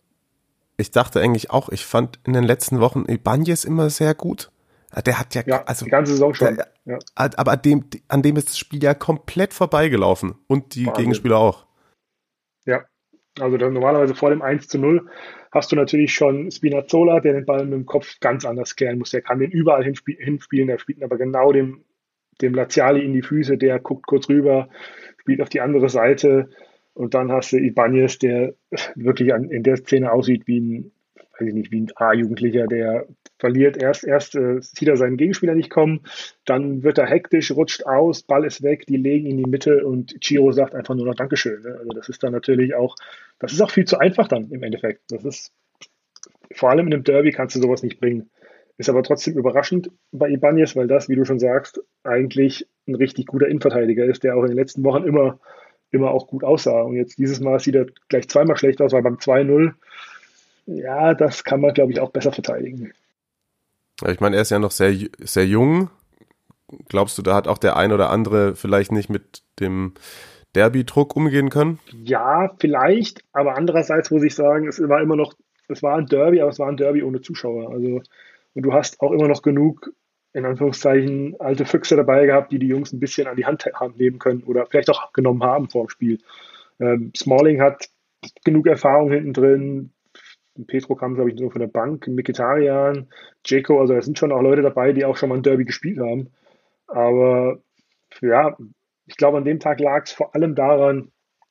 ich dachte eigentlich auch, ich fand in den letzten Wochen Ibanez immer sehr gut. Der hat ja also die ganze Saison schon. Aber an dem ist das Spiel ja komplett vorbeigelaufen. Und die Wahnsinn. Gegenspieler auch. Ja, also normalerweise vor dem 1:0 hast du natürlich schon Spinazzola, der den Ball mit dem Kopf ganz anders klären muss. Der kann den überall hinspielen, der spielt aber genau dem Laziali in die Füße, der guckt kurz rüber, spielt auf die andere Seite, und dann hast du Ibanez, der wirklich in der Szene aussieht wie ein A-Jugendlicher, der verliert erst sieht er seinen Gegenspieler nicht kommen, dann wird er hektisch, rutscht aus, Ball ist weg, die legen in die Mitte und Ciro sagt einfach nur noch Dankeschön. Ne? Also das ist dann natürlich auch viel zu einfach dann im Endeffekt. Das ist, vor allem in einem Derby kannst du sowas nicht bringen. Ist aber trotzdem überraschend bei Ibanez, weil das, wie du schon sagst, eigentlich ein richtig guter Innenverteidiger ist, der auch in den letzten Wochen immer auch gut aussah. Und jetzt dieses Mal sieht er gleich zweimal schlecht aus, weil beim 2:0, ja, das kann man, glaube ich, auch besser verteidigen. Ich meine, er ist ja noch sehr, sehr jung. Glaubst du, da hat auch der ein oder andere vielleicht nicht mit dem Derby-Druck umgehen können? Ja, vielleicht, aber andererseits muss ich sagen, es war ein Derby, aber es war ein Derby ohne Zuschauer. Also, und du hast auch immer noch genug, in Anführungszeichen, alte Füchse dabei gehabt, die Jungs ein bisschen an die Hand nehmen können oder vielleicht auch genommen haben vor dem Spiel. Smalling hat genug Erfahrung hinten drin. Petro kam, glaube ich, nur von der Bank, Mkhitaryan, Dzeko, also da sind schon auch Leute dabei, die auch schon mal ein Derby gespielt haben. Aber ja, ich glaube, an dem Tag lag es vor allem daran,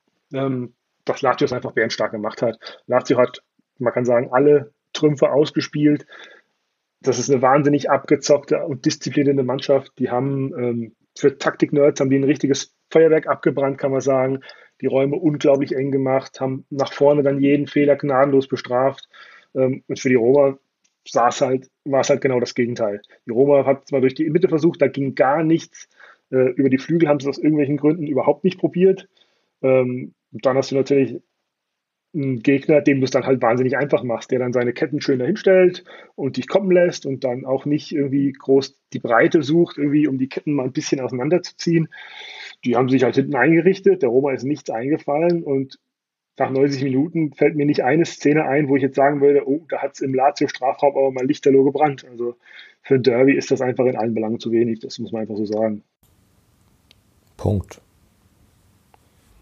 dass Lazio es einfach bärenstark gemacht hat. Lazio hat, man kann sagen, alle Trümpfe ausgespielt. Das ist eine wahnsinnig abgezockte und disziplinierte Mannschaft. Die haben für Taktik-Nerds haben die ein richtiges Feuerwerk abgebrannt, kann man sagen. Die Räume unglaublich eng gemacht, haben nach vorne dann jeden Fehler gnadenlos bestraft. Und für die Roma war es halt genau das Gegenteil. Die Roma hat zwar durch die Mitte versucht, da ging gar nichts. Über die Flügel haben sie es aus irgendwelchen Gründen überhaupt nicht probiert. Und dann hast du natürlich einen Gegner, dem du es dann halt wahnsinnig einfach machst, der dann seine Ketten schön dahinstellt und dich kommen lässt und dann auch nicht irgendwie groß die Breite sucht, irgendwie um die Ketten mal ein bisschen auseinanderzuziehen. Die haben sich halt hinten eingerichtet, der Roma ist nichts eingefallen, und nach 90 Minuten fällt mir nicht eine Szene ein, wo ich jetzt sagen würde, oh, da hat es im Lazio-Strafraum aber mal lichterloh gebrannt. Also für ein Derby ist das einfach in allen Belangen zu wenig, das muss man einfach so sagen. Punkt.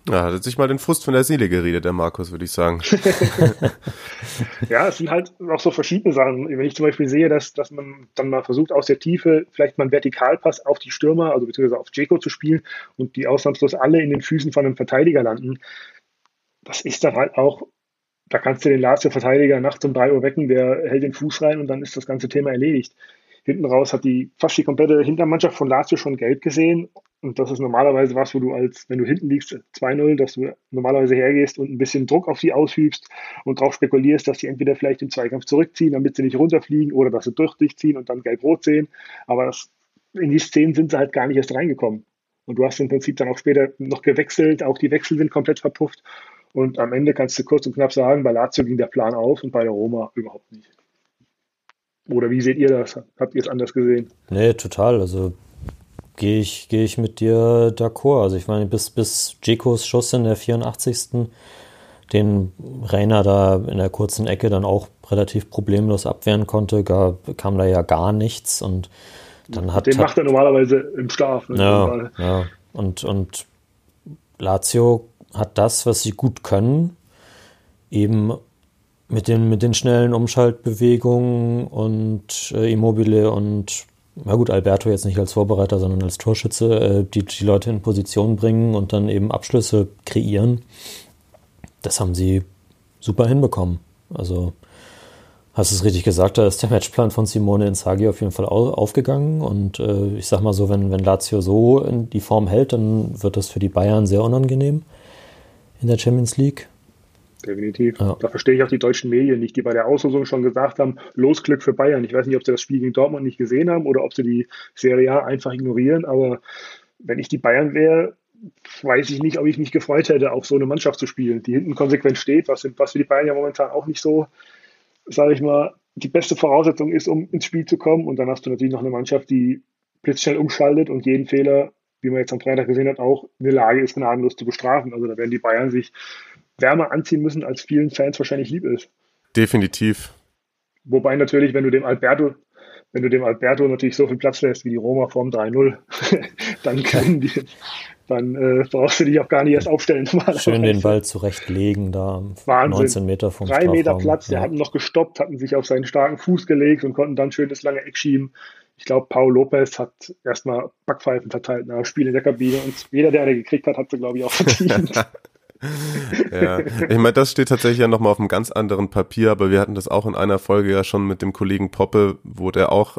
Ja, hat sich mal den Frust von der Seele geredet, der Markus, würde ich sagen. Ja, es sind halt auch so verschiedene Sachen. Wenn ich zum Beispiel sehe, dass man dann mal versucht, aus der Tiefe vielleicht mal einen Vertikalpass auf die Stürmer, also beziehungsweise auf Dzeko zu spielen und die ausnahmslos alle in den Füßen von einem Verteidiger landen, das ist dann halt auch, da kannst du den Lazio-Verteidiger nachts um 3 Uhr wecken, der hält den Fuß rein und dann ist das ganze Thema erledigt. Hinten raus hat fast die komplette Hintermannschaft von Lazio schon gelb gesehen. Und das ist normalerweise was, wo du wenn du hinten liegst, 2-0, dass du normalerweise hergehst und ein bisschen Druck auf sie ausübst und darauf spekulierst, dass sie entweder vielleicht im Zweikampf zurückziehen, damit sie nicht runterfliegen, oder dass sie durch dich ziehen und dann gelb-rot sehen. Aber in die Szenen sind sie halt gar nicht erst reingekommen. Und du hast im Prinzip dann auch später noch gewechselt, auch die Wechsel sind komplett verpufft. Und am Ende kannst du kurz und knapp sagen, bei Lazio ging der Plan auf und bei der Roma überhaupt nicht. Oder wie seht ihr das? Habt ihr es anders gesehen? Nee, total. Also gehe ich mit dir d'accord. Also ich meine, bis Dzekos Schuss in der 84. den Reina da in der kurzen Ecke dann auch relativ problemlos abwehren konnte, kam da ja gar nichts. Und dann macht er normalerweise im Schlaf. Ne? Ja. Und Lazio hat das, was sie gut können, eben mit den schnellen Umschaltbewegungen und Immobile und, na gut, Alberto jetzt nicht als Vorbereiter, sondern als Torschütze, die Leute in Position bringen und dann eben Abschlüsse kreieren. Das haben sie super hinbekommen. Also, hast du es richtig gesagt, da ist der Matchplan von Simone Inzaghi auf jeden Fall aufgegangen und ich sag mal so, wenn Lazio so in die Form hält, dann wird das für die Bayern sehr unangenehm in der Champions League. Definitiv. Ja. Da verstehe ich auch die deutschen Medien nicht, die bei der Auslosung schon gesagt haben, Losglück für Bayern. Ich weiß nicht, ob sie das Spiel gegen Dortmund nicht gesehen haben oder ob sie die Serie A einfach ignorieren, aber wenn ich die Bayern wäre, weiß ich nicht, ob ich mich gefreut hätte, auf so eine Mannschaft zu spielen, die hinten konsequent steht, was für die Bayern ja momentan auch nicht so, sage ich mal, die beste Voraussetzung ist, um ins Spiel zu kommen. Und dann hast du natürlich noch eine Mannschaft, die blitzschnell umschaltet und jeden Fehler, wie man jetzt am Freitag gesehen hat, auch in der Lage ist, gnadenlos zu bestrafen. Also da werden die Bayern sich wärmer anziehen müssen, als vielen Fans wahrscheinlich lieb ist. Definitiv. Wobei natürlich, wenn du dem Alberto natürlich so viel Platz lässt wie die Roma vorm 3-0, dann brauchst du dich auch gar nicht erst aufstellen. Schön den Ball zurechtlegen, da Wahnsinn. 19 Meter vom 3 Meter Strafraum. Platz, der hatten noch gestoppt, hatten sich auf seinen starken Fuß gelegt und konnten dann schön das lange Eck schieben. Ich glaube, Paul Lopez hat erstmal Backpfeifen verteilt nach dem Spiel in der Kabine und jeder, der eine gekriegt hat, hat sie, glaube ich, auch verdient. Ja, ich meine, das steht tatsächlich ja nochmal auf einem ganz anderen Papier, aber wir hatten das auch in einer Folge ja schon mit dem Kollegen Poppe, wo der auch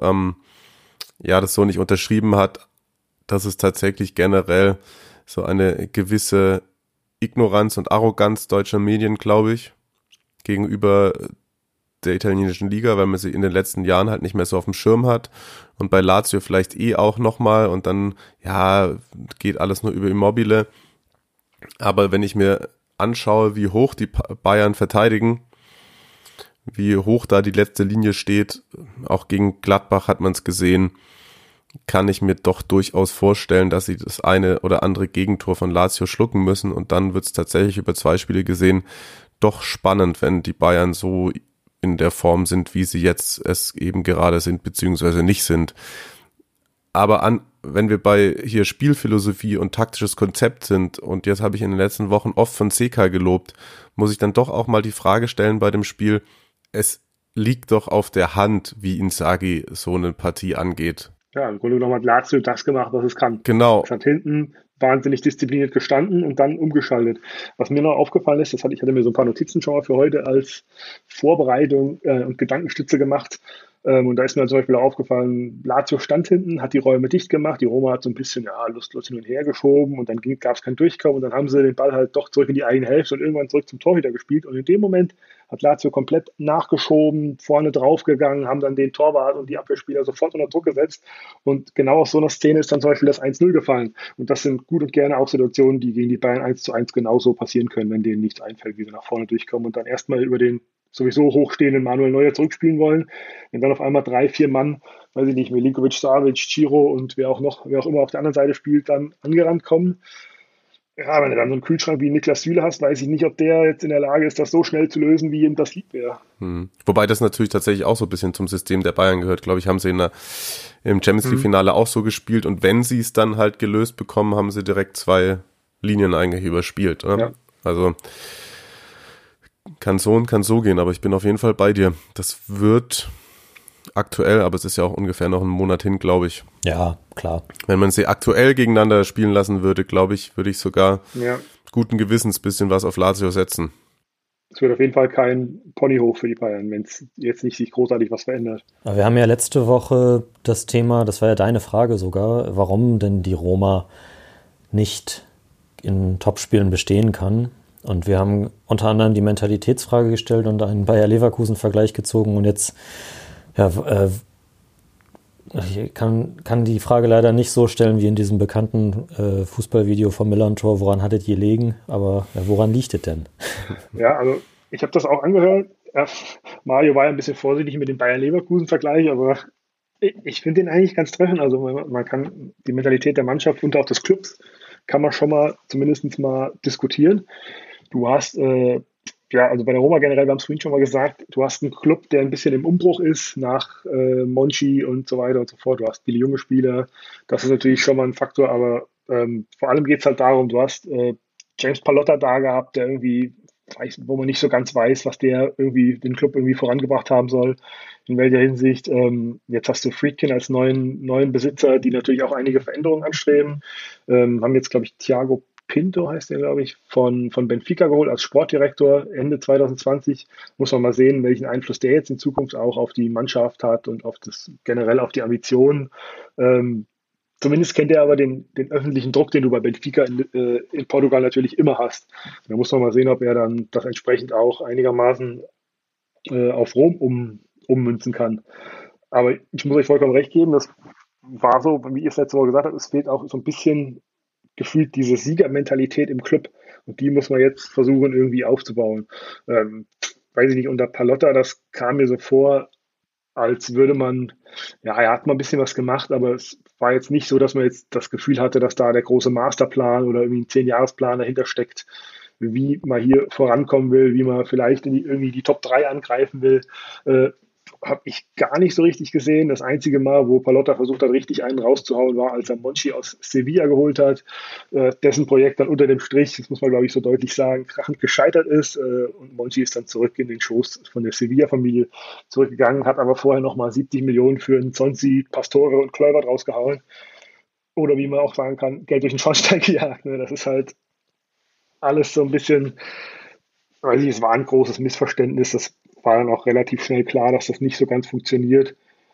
das so nicht unterschrieben hat, dass es tatsächlich generell so eine gewisse Ignoranz und Arroganz deutscher Medien, glaube ich, gegenüber der italienischen Liga, weil man sie in den letzten Jahren halt nicht mehr so auf dem Schirm hat und bei Lazio vielleicht auch nochmal und dann, geht alles nur über Immobile. Aber wenn ich mir anschaue, wie hoch die Bayern verteidigen, wie hoch da die letzte Linie steht, auch gegen Gladbach hat man es gesehen, kann ich mir doch durchaus vorstellen, dass sie das eine oder andere Gegentor von Lazio schlucken müssen und dann wird es tatsächlich über 2 Spiele gesehen doch spannend, wenn die Bayern so in der Form sind, wie sie jetzt es eben gerade sind, beziehungsweise nicht sind. Aber wenn wir bei hier Spielphilosophie und taktisches Konzept sind und jetzt habe ich in den letzten Wochen oft von Fonseca gelobt, muss ich dann doch auch mal die Frage stellen bei dem Spiel, es liegt doch auf der Hand, wie Inzaghi so eine Partie angeht. Ja, im Grunde genommen hat Lazio das gemacht, was es kann. Genau. Es hat hinten wahnsinnig diszipliniert gestanden und dann umgeschaltet. Was mir noch aufgefallen ist, ich hatte mir so ein paar Notizen schon mal für heute als Vorbereitung und Gedankenstütze gemacht. Und da ist mir zum Beispiel auch aufgefallen, Lazio stand hinten, hat die Räume dicht gemacht, die Roma hat so ein bisschen lustlos hin und her geschoben und dann gab es kein Durchkommen und dann haben sie den Ball halt doch zurück in die eigene Hälfte und irgendwann zurück zum Torhüter gespielt und in dem Moment hat Lazio komplett nachgeschoben, vorne draufgegangen, haben dann den Torwart und die Abwehrspieler sofort unter Druck gesetzt und genau aus so einer Szene ist dann zum Beispiel das 1-0 gefallen und das sind gut und gerne auch Situationen, die gegen die Bayern 1:1 genauso passieren können, wenn denen nichts einfällt, wie sie nach vorne durchkommen und dann erstmal über den sowieso hochstehenden Manuel Neuer zurückspielen wollen. Wenn dann auf einmal 3-4 Mann, weiß ich nicht, Milinkovic, Savic, Ciro und wer auch immer auf der anderen Seite spielt, dann angerannt kommen. Ja, wenn du dann so einen Kühlschrank wie Niklas Süle hast, weiß ich nicht, ob der jetzt in der Lage ist, das so schnell zu lösen, wie ihm das lieb wäre. Wobei das natürlich tatsächlich auch so ein bisschen zum System der Bayern gehört. Glaube ich, haben sie im Champions League Finale auch so gespielt und wenn sie es dann halt gelöst bekommen, haben sie direkt 2 Linien eigentlich überspielt. Ne? Ja. Also kann so und kann so gehen, aber ich bin auf jeden Fall bei dir. Das wird aktuell, aber es ist ja auch ungefähr noch einen Monat hin, glaube ich. Ja, klar. Wenn man sie aktuell gegeneinander spielen lassen würde, glaube ich, würde ich sogar guten Gewissens ein bisschen was auf Lazio setzen. Es wird auf jeden Fall kein Ponyhof für die Bayern, wenn es jetzt nicht sich großartig was verändert. Aber wir haben ja letzte Woche das Thema, das war ja deine Frage sogar, warum denn die Roma nicht in Topspielen bestehen kann. Und wir haben unter anderem die Mentalitätsfrage gestellt und einen Bayer-Leverkusen-Vergleich gezogen. Und jetzt ich kann die Frage leider nicht so stellen wie in diesem bekannten Fußballvideo vom Millantor, woran hattet ihr gelegen? Aber woran liegt es denn? Ja, also ich habe das auch angehört. Mario war ja ein bisschen vorsichtig mit dem Bayer-Leverkusen-Vergleich, aber ich finde den eigentlich ganz treffend. Also man kann die Mentalität der Mannschaft und auch des Clubs kann man schon mal zumindest mal diskutieren. Du hast, also bei der Roma generell, wir haben es vorhin schon mal gesagt, du hast einen Club, der ein bisschen im Umbruch ist nach Monchi und so weiter und so fort. Du hast viele junge Spieler, das ist natürlich schon mal ein Faktor, aber vor allem geht es halt darum, du hast James Pallotta da gehabt, der irgendwie, wo man nicht so ganz weiß, was der irgendwie den Club irgendwie vorangebracht haben soll, in welcher Hinsicht. Jetzt hast du Friedkin als neuen Besitzer, die natürlich auch einige Veränderungen anstreben. Haben jetzt, glaube ich, Thiago Pinto heißt der, glaube ich, von Benfica geholt als Sportdirektor Ende 2020. Muss man mal sehen, welchen Einfluss der jetzt in Zukunft auch auf die Mannschaft hat und auf das generell auf die Ambitionen. Zumindest kennt er aber den öffentlichen Druck, den du bei Benfica in Portugal natürlich immer hast. Da muss man mal sehen, ob er dann das entsprechend auch einigermaßen auf Rom ummünzen kann. Aber ich muss euch vollkommen recht geben, das war so, wie ihr es letzte Woche gesagt habt, es fehlt auch so ein bisschen gefühlt diese Siegermentalität im Club. Und die muss man jetzt versuchen, irgendwie aufzubauen. Weiß ich nicht, unter Pallotta, das kam mir so vor, als würde man, er hat mal ein bisschen was gemacht, aber es war jetzt nicht so, dass man jetzt das Gefühl hatte, dass da der große Masterplan oder irgendwie ein 10-Jahres-Plan dahinter steckt, wie man hier vorankommen will, wie man vielleicht irgendwie die Top 3 angreifen will. Habe ich gar nicht so richtig gesehen. Das einzige Mal, wo Pallotta versucht hat, richtig einen rauszuhauen, war, als er Monchi aus Sevilla geholt hat, dessen Projekt dann unter dem Strich, das muss man, glaube ich, so deutlich sagen, krachend gescheitert ist. Und Monchi ist dann zurück in den Schoß von der Sevilla-Familie zurückgegangen, hat aber vorher nochmal 70 Millionen für Nzonzi, Pastore und Kluivert rausgehauen. Oder wie man auch sagen kann, Geld durch den Schornstein gejagt. Das ist halt alles so ein bisschen, weiß ich, es war ein großes Missverständnis. Das war dann auch relativ schnell klar, dass das nicht so ganz funktioniert.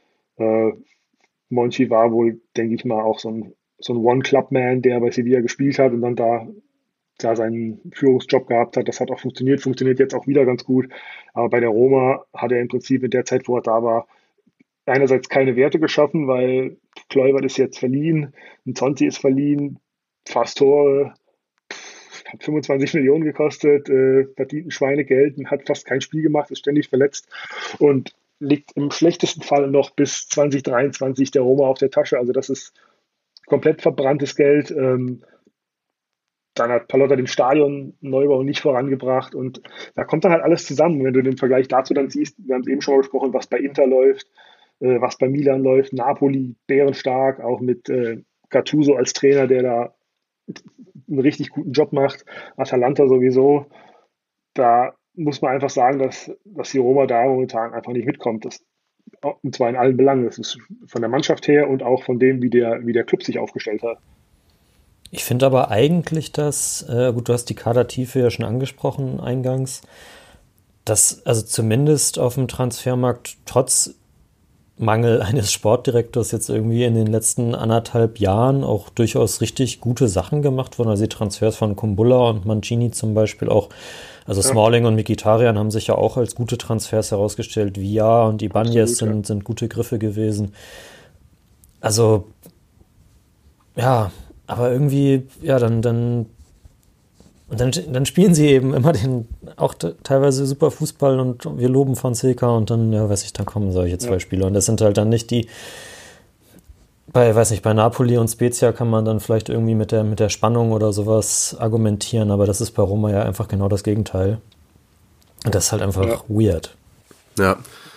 Monchi war wohl, denke ich mal, auch so ein One-Club-Man, der bei Sevilla gespielt hat und dann da seinen Führungsjob gehabt hat. Das hat auch funktioniert jetzt auch wieder ganz gut. Aber bei der Roma hat er im Prinzip in der Zeit, wo er da war, einerseits keine Werte geschaffen, weil Kluivert ist jetzt verliehen, Nzonzi ist verliehen, Pastore hat 25 Millionen gekostet, verdient ein Schweinegeld und hat fast kein Spiel gemacht, ist ständig verletzt und liegt im schlechtesten Fall noch bis 2023 der Roma auf der Tasche. Also das ist komplett verbranntes Geld. Dann hat Pallotta den Stadionneubau nicht vorangebracht und da kommt dann halt alles zusammen. Wenn du den Vergleich dazu dann siehst, wir haben es eben schon mal besprochen, was bei Inter läuft, was bei Milan läuft, Napoli bärenstark, auch mit Gattuso als Trainer, der da einen richtig guten Job macht, Atalanta sowieso, da muss man einfach sagen, dass die Roma da momentan einfach nicht mitkommt. Und zwar in allen Belangen. Das ist von der Mannschaft her und auch von dem, wie der Club sich aufgestellt hat. Ich finde aber eigentlich, dass, gut, du hast die Kadertiefe ja schon angesprochen eingangs, dass also zumindest auf dem Transfermarkt trotz Mangel eines Sportdirektors jetzt irgendwie in den letzten 1,5 Jahren auch durchaus richtig gute Sachen gemacht wurden. Also die Transfers von Kumbulla und Mancini zum Beispiel auch. Also Smalling und Mkhitaryan haben sich ja auch als gute Transfers herausgestellt. Villar und Ibanez sind gute Griffe gewesen. Also ja, aber irgendwie, ja, dann spielen sie eben immer auch teilweise super Fußball und wir loben Fonseca und dann, ja, weiß ich, dann kommen solche 2 Spiele. Und das sind halt dann nicht die, bei Napoli und Spezia kann man dann vielleicht irgendwie mit der Spannung oder sowas argumentieren, aber das ist bei Roma ja einfach genau das Gegenteil. Und das ist halt einfach weird. Ja.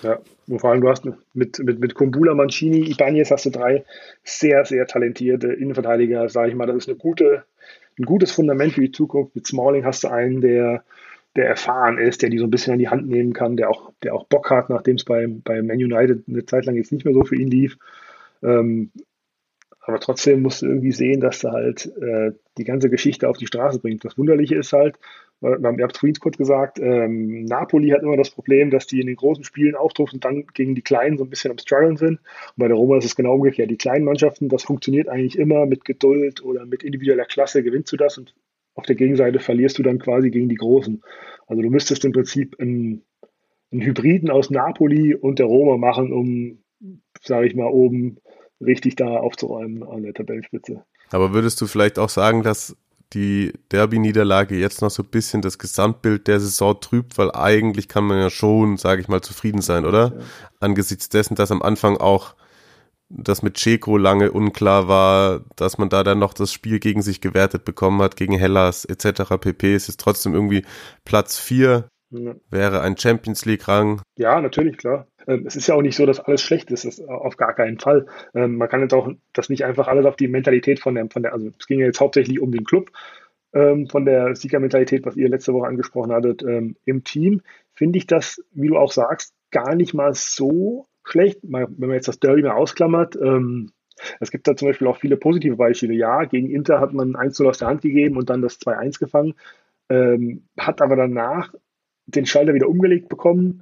Und vor allem, du hast mit Kumbula, Mancini, Ibanez hast du 3 sehr, sehr talentierte Innenverteidiger, sage ich mal. Das ist ein gutes Fundament für die Zukunft. Mit Smalling hast du einen, der erfahren ist, der die so ein bisschen an die Hand nehmen kann, der auch Bock hat, nachdem es bei Man United eine Zeit lang jetzt nicht mehr so für ihn lief. Aber trotzdem musst du irgendwie sehen, dass du halt die ganze Geschichte auf die Straße bringst. Das Wunderliche ist halt, ihr habt es vorhin kurz gesagt, Napoli hat immer das Problem, dass die in den großen Spielen auftrumpfen und dann gegen die Kleinen so ein bisschen am Struggeln sind. Und bei der Roma ist es genau umgekehrt. Die kleinen Mannschaften, das funktioniert eigentlich immer mit Geduld oder mit individueller Klasse, gewinnst du das und auf der Gegenseite verlierst du dann quasi gegen die Großen. Also du müsstest im Prinzip einen Hybriden aus Napoli und der Roma machen, um, sage ich mal, oben richtig da aufzuräumen an der Tabellenspitze. Aber würdest du vielleicht auch sagen, dass die Derby-Niederlage jetzt noch so ein bisschen das Gesamtbild der Saison trübt, weil eigentlich kann man ja schon, sage ich mal, zufrieden sein, oder? Ja. Angesichts dessen, dass am Anfang auch das mit Dzeko lange unklar war, dass man da dann noch das Spiel gegen sich gewertet bekommen hat, gegen Hellas etc. pp. Es ist trotzdem irgendwie Platz 4, wäre ein Champions-League-Rang. Ja, natürlich, klar. Es ist ja auch nicht so, dass alles schlecht ist, das auf gar keinen Fall. Man kann jetzt auch das nicht einfach alles auf die Mentalität von der, also es ging ja jetzt hauptsächlich um den Club, von der Siegermentalität, was ihr letzte Woche angesprochen hattet, im Team, finde ich das, wie du auch sagst, gar nicht mal so schlecht, wenn man jetzt das Derby mal ausklammert. Es gibt da zum Beispiel auch viele positive Beispiele. Ja, gegen Inter hat man 1-0 aus der Hand gegeben und dann das 2-1 gefangen, hat aber danach den Schalter wieder umgelegt bekommen,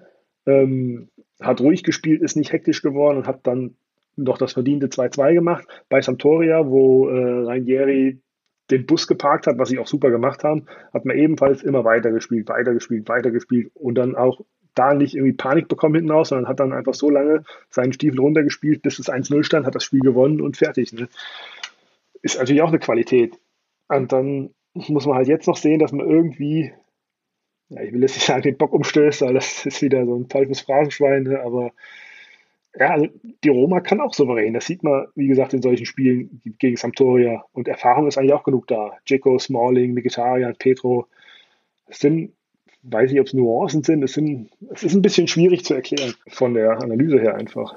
hat ruhig gespielt, ist nicht hektisch geworden und hat dann noch das verdiente 2-2 gemacht. Bei Sampdoria, wo Ranieri den Bus geparkt hat, was sie auch super gemacht haben, hat man ebenfalls immer weitergespielt und dann auch da nicht irgendwie Panik bekommen hinten raus, sondern hat dann einfach so lange seinen Stiefel runtergespielt, bis es 1-0 stand, hat das Spiel gewonnen und fertig. Ne? Ist natürlich auch eine Qualität. Und dann muss man halt jetzt noch sehen, dass man irgendwie, ja, ich will jetzt nicht sagen, den Bock umstößt, weil das ist wieder so ein falsches Phrasenschwein, ne? Aber ja, also die Roma kann auch souverän. Das sieht man, wie gesagt, in solchen Spielen gegen Sampdoria. Und Erfahrung ist eigentlich auch genug da. Dzeko, Smalling, Mkhitaryan, Pedro. Es sind, weiß nicht, ob es Nuancen sind. Es ist ein bisschen schwierig zu erklären von der Analyse her einfach.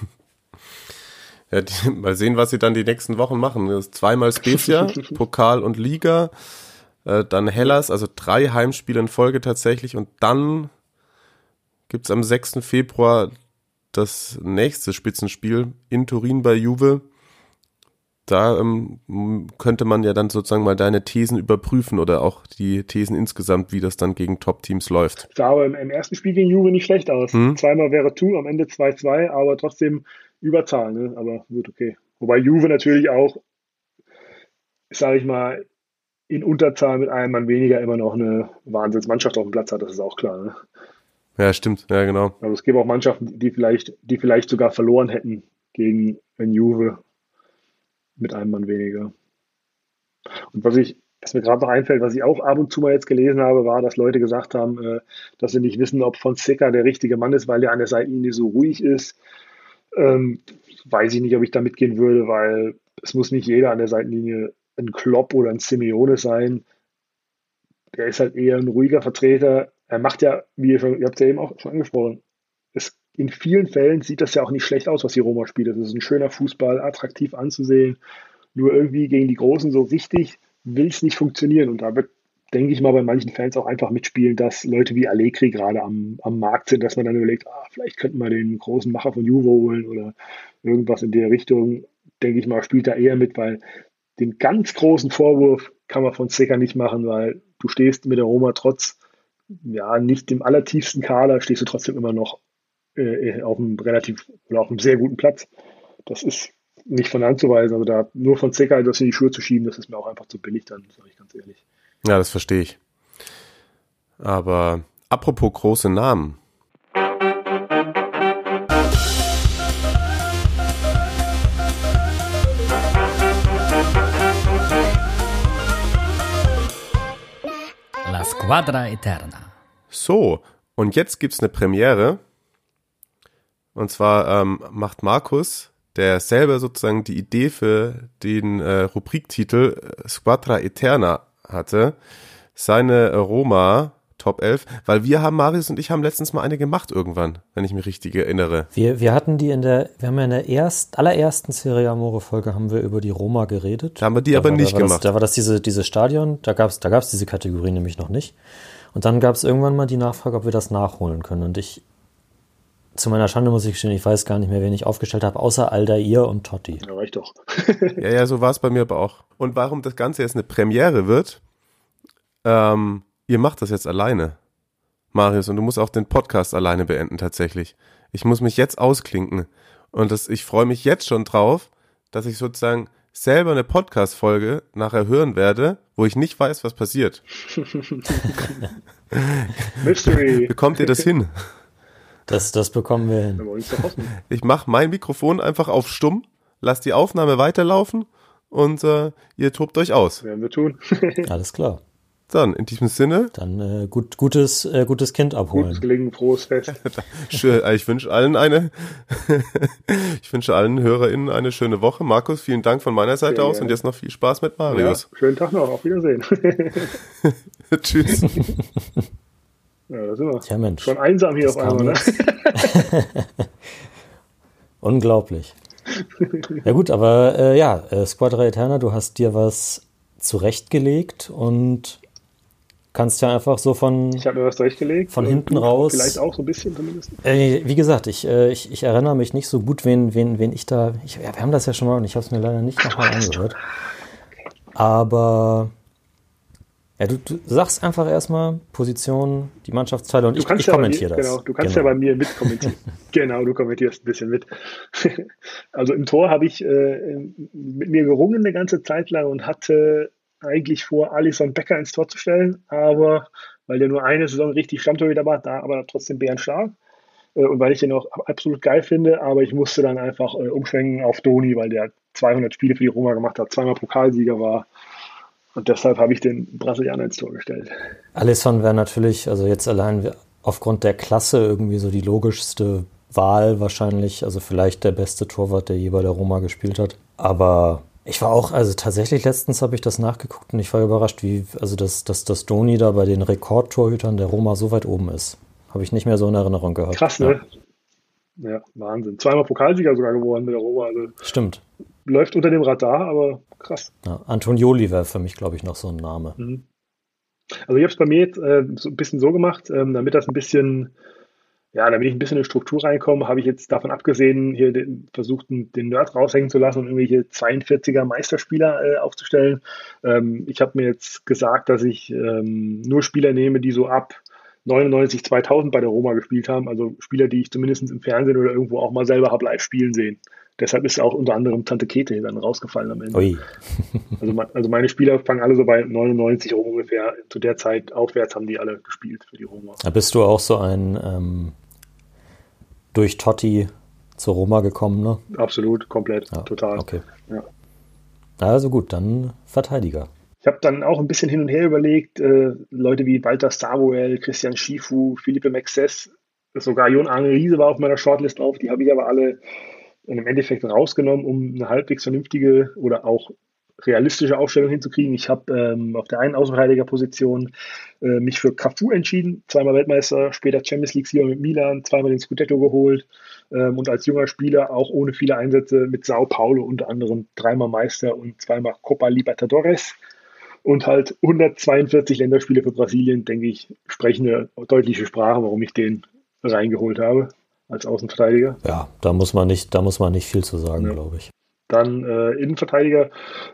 Ja, mal sehen, was sie dann die nächsten Wochen machen. Das ist 2-mal Spezia, Pokal und Liga, dann Hellas, also 3 Heimspiele in Folge tatsächlich. Und dann gibt es am 6. Februar das nächste Spitzenspiel in Turin bei Juve. Da könnte man ja dann sozusagen mal deine Thesen überprüfen oder auch die Thesen insgesamt, wie das dann gegen Top-Teams läuft. Sah aber im ersten Spiel gegen Juve nicht schlecht aus. 2-mal wäre am Ende 2-2, aber trotzdem Überzahl, ne? Aber gut, okay. Wobei Juve natürlich auch, sage ich mal, in Unterzahl mit einem Mann weniger immer noch eine Wahnsinnsmannschaft auf dem Platz hat, das ist auch klar, ne? Ja, stimmt, ja, genau. Also es gibt auch Mannschaften, die vielleicht sogar verloren hätten gegen ein Juve mit einem Mann weniger. Und was mir gerade noch einfällt, was ich auch ab und zu mal jetzt gelesen habe, war, dass Leute gesagt haben, dass sie nicht wissen, ob Fonseca der richtige Mann ist, weil er an der Seitenlinie so ruhig ist. Weiß ich nicht, ob ich da mitgehen würde, weil es muss nicht jeder an der Seitenlinie ein Klopp oder ein Simeone sein. Der ist halt eher ein ruhiger Vertreter. Er macht ja, ihr habt es ja eben auch schon angesprochen, in vielen Fällen sieht das ja auch nicht schlecht aus, was die Roma spielt. Das ist ein schöner Fußball, attraktiv anzusehen. Nur irgendwie gegen die Großen so richtig will es nicht funktionieren. Und da wird, denke ich mal, bei manchen Fans auch einfach mitspielen, dass Leute wie Allegri gerade am Markt sind, dass man dann überlegt, vielleicht könnten wir den großen Macher von Juve holen oder irgendwas in der Richtung. Denke ich mal, spielt da eher mit, weil den ganz großen Vorwurf kann man von Fonseca nicht machen, weil du stehst mit der Roma trotz nicht dem allertiefsten Kader, stehst du trotzdem immer noch auf einem auf einem sehr guten Platz. Das ist nicht von Hand zu weisen, also da nur von Fonseca das in die Schuhe zu schieben, das ist mir auch einfach zu billig dann, sage ich ganz ehrlich. Ja, das verstehe ich. Aber apropos große Namen. La Squadra Eterna. So, und jetzt gibt's eine Premiere. Und zwar macht Markus, der selber sozusagen die Idee für den Rubriktitel Squadra Eterna hatte, seine Roma Top 11? Weil Marius und ich haben letztens mal eine gemacht irgendwann, wenn ich mich richtig erinnere. Wir hatten wir haben ja in der allerersten Serie Amore Folge haben wir über die Roma geredet. Da haben wir die aber nicht gemacht. Da war das diese Stadion, da gab's diese Kategorie nämlich noch nicht. Und dann gab es irgendwann mal die Nachfrage, ob wir das nachholen können. Und zu meiner Schande muss ich gestehen, ich weiß gar nicht mehr, wen ich aufgestellt habe, außer Aldair und Totti. Ja, reicht doch. Ja, so war es bei mir aber auch. Und warum das Ganze jetzt eine Premiere wird, ihr macht das jetzt alleine, Marius, und du musst auch den Podcast alleine beenden tatsächlich. Ich muss mich jetzt ausklinken. Und ich freue mich jetzt schon drauf, dass ich sozusagen selber eine Podcast-Folge nachher hören werde, wo ich nicht weiß, was passiert. Mystery. Bekommt ihr das hin? Das bekommen wir hin. Ich mache mein Mikrofon einfach auf stumm, lasse die Aufnahme weiterlaufen und ihr tobt euch aus. Werden wir tun. Alles klar. Dann, in diesem Sinne. Dann gutes Kind abholen. Gutes Gelingen, frohes Fest. Ich wünsche allen HörerInnen eine schöne Woche. Markus, vielen Dank von meiner Seite aus und jetzt noch viel Spaß mit Marius. Ja, schönen Tag noch, auf Wiedersehen. Tschüss. Ja, da sind wir. Tja, Mensch. Schon einsam hier auf einmal, ne? Unglaublich. Ja gut, aber Squadra Eterna, du hast dir was zurechtgelegt und kannst ja einfach so ich habe mir was zurechtgelegt. Von hinten raus. Vielleicht auch so ein bisschen zumindest. Wie gesagt, ich erinnere mich nicht so gut, wen ich da. Wir haben das ja schon mal und ich habe es mir leider nicht nochmal angehört. Aber ja, du sagst einfach erstmal Position, die Mannschaftsteile und ich kommentiere das. Genau, du kannst ja bei mir mitkommentieren. Genau, du kommentierst ein bisschen mit. Also im Tor habe ich mit mir gerungen eine ganze Zeit lang und hatte eigentlich vor, Alisson Becker ins Tor zu stellen, aber weil der nur eine Saison richtig Stammtorhüter war, da aber trotzdem bärenstark und weil ich den auch absolut geil finde, aber ich musste dann einfach umschwenken auf Doni, weil der 200 Spiele für die Roma gemacht hat, zweimal Pokalsieger war. Und deshalb habe ich den Brasilianer ins Tor gestellt. Alisson wäre natürlich, also jetzt allein aufgrund der Klasse irgendwie so die logischste Wahl wahrscheinlich. Also vielleicht der beste Torwart, der je bei der Roma gespielt hat. Aber ich war auch, also tatsächlich letztens habe ich das nachgeguckt und ich war überrascht, dass Doni da bei den Rekordtorhütern der Roma so weit oben ist. Habe ich nicht mehr so in Erinnerung gehabt. Krass, ne? Ja, Wahnsinn. Zweimal Pokalsieger sogar geworden mit der Roma. Also stimmt. Läuft unter dem Radar, aber krass. Ja, Antonioli wäre für mich, glaube ich, noch so ein Name. Mhm. Also ich habe es bei mir jetzt so ein bisschen so gemacht, damit ich ein bisschen in Struktur reinkomme, habe ich jetzt davon abgesehen, hier versucht, den Nerd raushängen zu lassen und irgendwelche 42er Meisterspieler aufzustellen. Ich habe mir jetzt gesagt, dass ich nur Spieler nehme, die so ab 99, 2000 bei der Roma gespielt haben, also Spieler, die ich zumindest im Fernsehen oder irgendwo auch mal selber habe live spielen sehen. Deshalb ist auch unter anderem Tante Kete dann rausgefallen am Ende. Ui. Also meine Spieler fangen alle so bei 99 rum ungefähr. Zu der Zeit aufwärts haben die alle gespielt für die Roma. Da bist du auch so ein durch Totti zur Roma gekommen, ne? Absolut, komplett, ja, total. Okay. Ja. Also gut, dann Verteidiger. Ich habe dann auch ein bisschen hin und her überlegt, Leute wie Walter Samuel, Christian Schifu, Philippe Mexes, sogar Jon Arne Riese war auf meiner Shortlist drauf, die habe ich aber alle im Endeffekt rausgenommen, um eine halbwegs vernünftige oder auch realistische Aufstellung hinzukriegen. Ich habe auf der einen Außenverteidigerposition mich für Cafu entschieden, zweimal Weltmeister, später Champions League-Sieger mit Milan, zweimal den Scudetto geholt und als junger Spieler auch ohne viele Einsätze mit Sao Paulo unter anderem dreimal Meister und zweimal Copa Libertadores und halt 142 Länderspiele für Brasilien, denke ich, sprechen eine deutliche Sprache, warum ich den reingeholt habe als Außenverteidiger. Ja, da muss man nicht viel zu sagen, ja, glaube ich. Dann Innenverteidiger,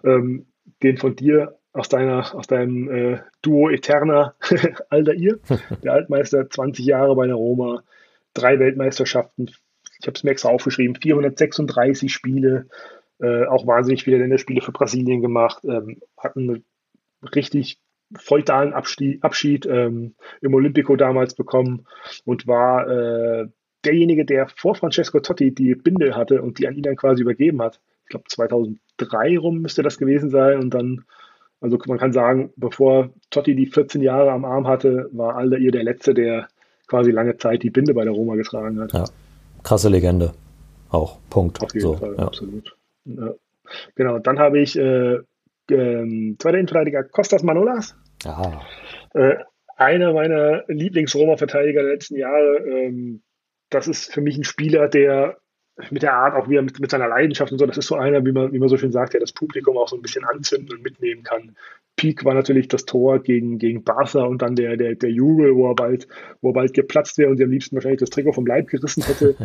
den von dir aus deinem Duo Eterna Aldair, der Altmeister, 20 Jahre bei der Roma, 3 Weltmeisterschaften, ich habe es mir extra aufgeschrieben, 436 Spiele, auch wahnsinnig viele Länderspiele für Brasilien gemacht, hat einen richtig feudalen Abschied im Olympico damals bekommen und war derjenige, der vor Francesco Totti die Binde hatte und die an ihn dann quasi übergeben hat. Ich glaube 2003 rum müsste das gewesen sein und dann, also man kann sagen, bevor Totti die 14 Jahre am Arm hatte, war Aldair der Letzte, der quasi lange Zeit die Binde bei der Roma getragen hat. Ja, krasse Legende. Auch, Punkt. Auf jeden Fall, ja. Absolut. Ja. Genau, dann habe ich zweiter Innenverteidiger Kostas Manolas. Ja. einer meiner Lieblings-Roma-Verteidiger der letzten Jahre. Das ist für mich ein Spieler, der mit der Art, auch wie er mit seiner Leidenschaft und so, das ist so einer, wie man so schön sagt, der das Publikum auch so ein bisschen anzünden und mitnehmen kann. Peak war natürlich das Tor gegen Barca und dann der Jubel, wo er bald geplatzt wäre und sie am liebsten wahrscheinlich das Trikot vom Leib gerissen hätte.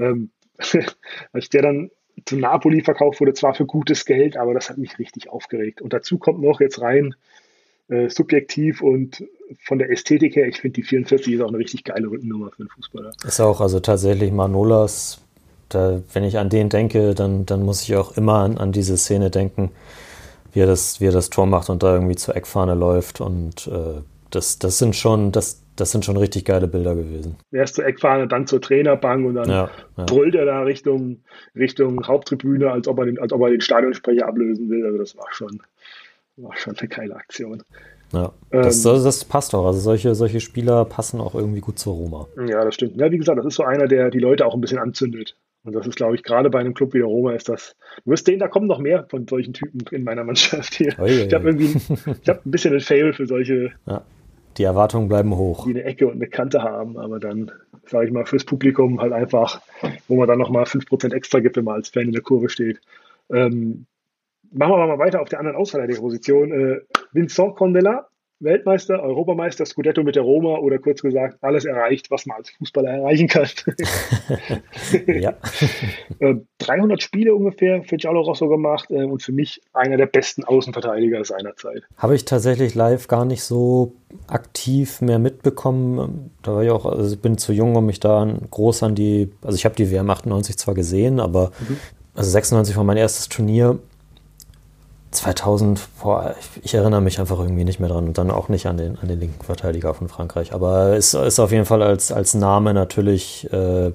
Als der dann zu Napoli verkauft wurde, zwar für gutes Geld, aber das hat mich richtig aufgeregt. Und dazu kommt noch jetzt rein, subjektiv und von der Ästhetik her, ich finde die 44 ist auch eine richtig geile Rückennummer für einen Fußballer. Ist auch, also tatsächlich Manolas, wenn ich an den denke, dann muss ich auch immer an diese Szene denken, wie er das Tor macht und da irgendwie zur Eckfahne läuft und das sind schon richtig geile Bilder gewesen. Erst zur Eckfahne, dann zur Trainerbank und dann brüllt er da Richtung Haupttribüne, als ob er den Stadionsprecher ablösen will. Also das war schon eine geile Aktion. Ja, das passt auch. Also solche Spieler passen auch irgendwie gut zur Roma. Ja, das stimmt. Ja, wie gesagt, das ist so einer, der die Leute auch ein bisschen anzündet. Und das ist, glaube ich, gerade bei einem Club wie der Roma ist das. Du wirst sehen, da kommen noch mehr von solchen Typen in meiner Mannschaft hier. Ich habe ein bisschen ein Fail für solche. Ja, die Erwartungen bleiben hoch. Die eine Ecke und eine Kante haben, aber dann, sage ich mal, fürs Publikum halt einfach, wo man dann nochmal 5% extra gibt, wenn man als Fan in der Kurve steht. Machen wir mal weiter auf der anderen Außenverteidigerposition. Vincent Candela, Weltmeister, Europameister, Scudetto mit der Roma oder kurz gesagt, alles erreicht, was man als Fußballer erreichen kann. Ja. 300 Spiele ungefähr für Giallorosso gemacht und für mich einer der besten Außenverteidiger seiner Zeit. Habe ich tatsächlich live gar nicht so aktiv mehr mitbekommen. Da war ich auch, also ich bin zu jung, um mich da groß an also ich habe die WM 98 zwar gesehen, aber also 96 war mein erstes Turnier. 2000, ich erinnere mich einfach irgendwie nicht mehr dran und dann auch nicht an den linken Verteidiger von Frankreich. Aber es ist auf jeden Fall als Name natürlich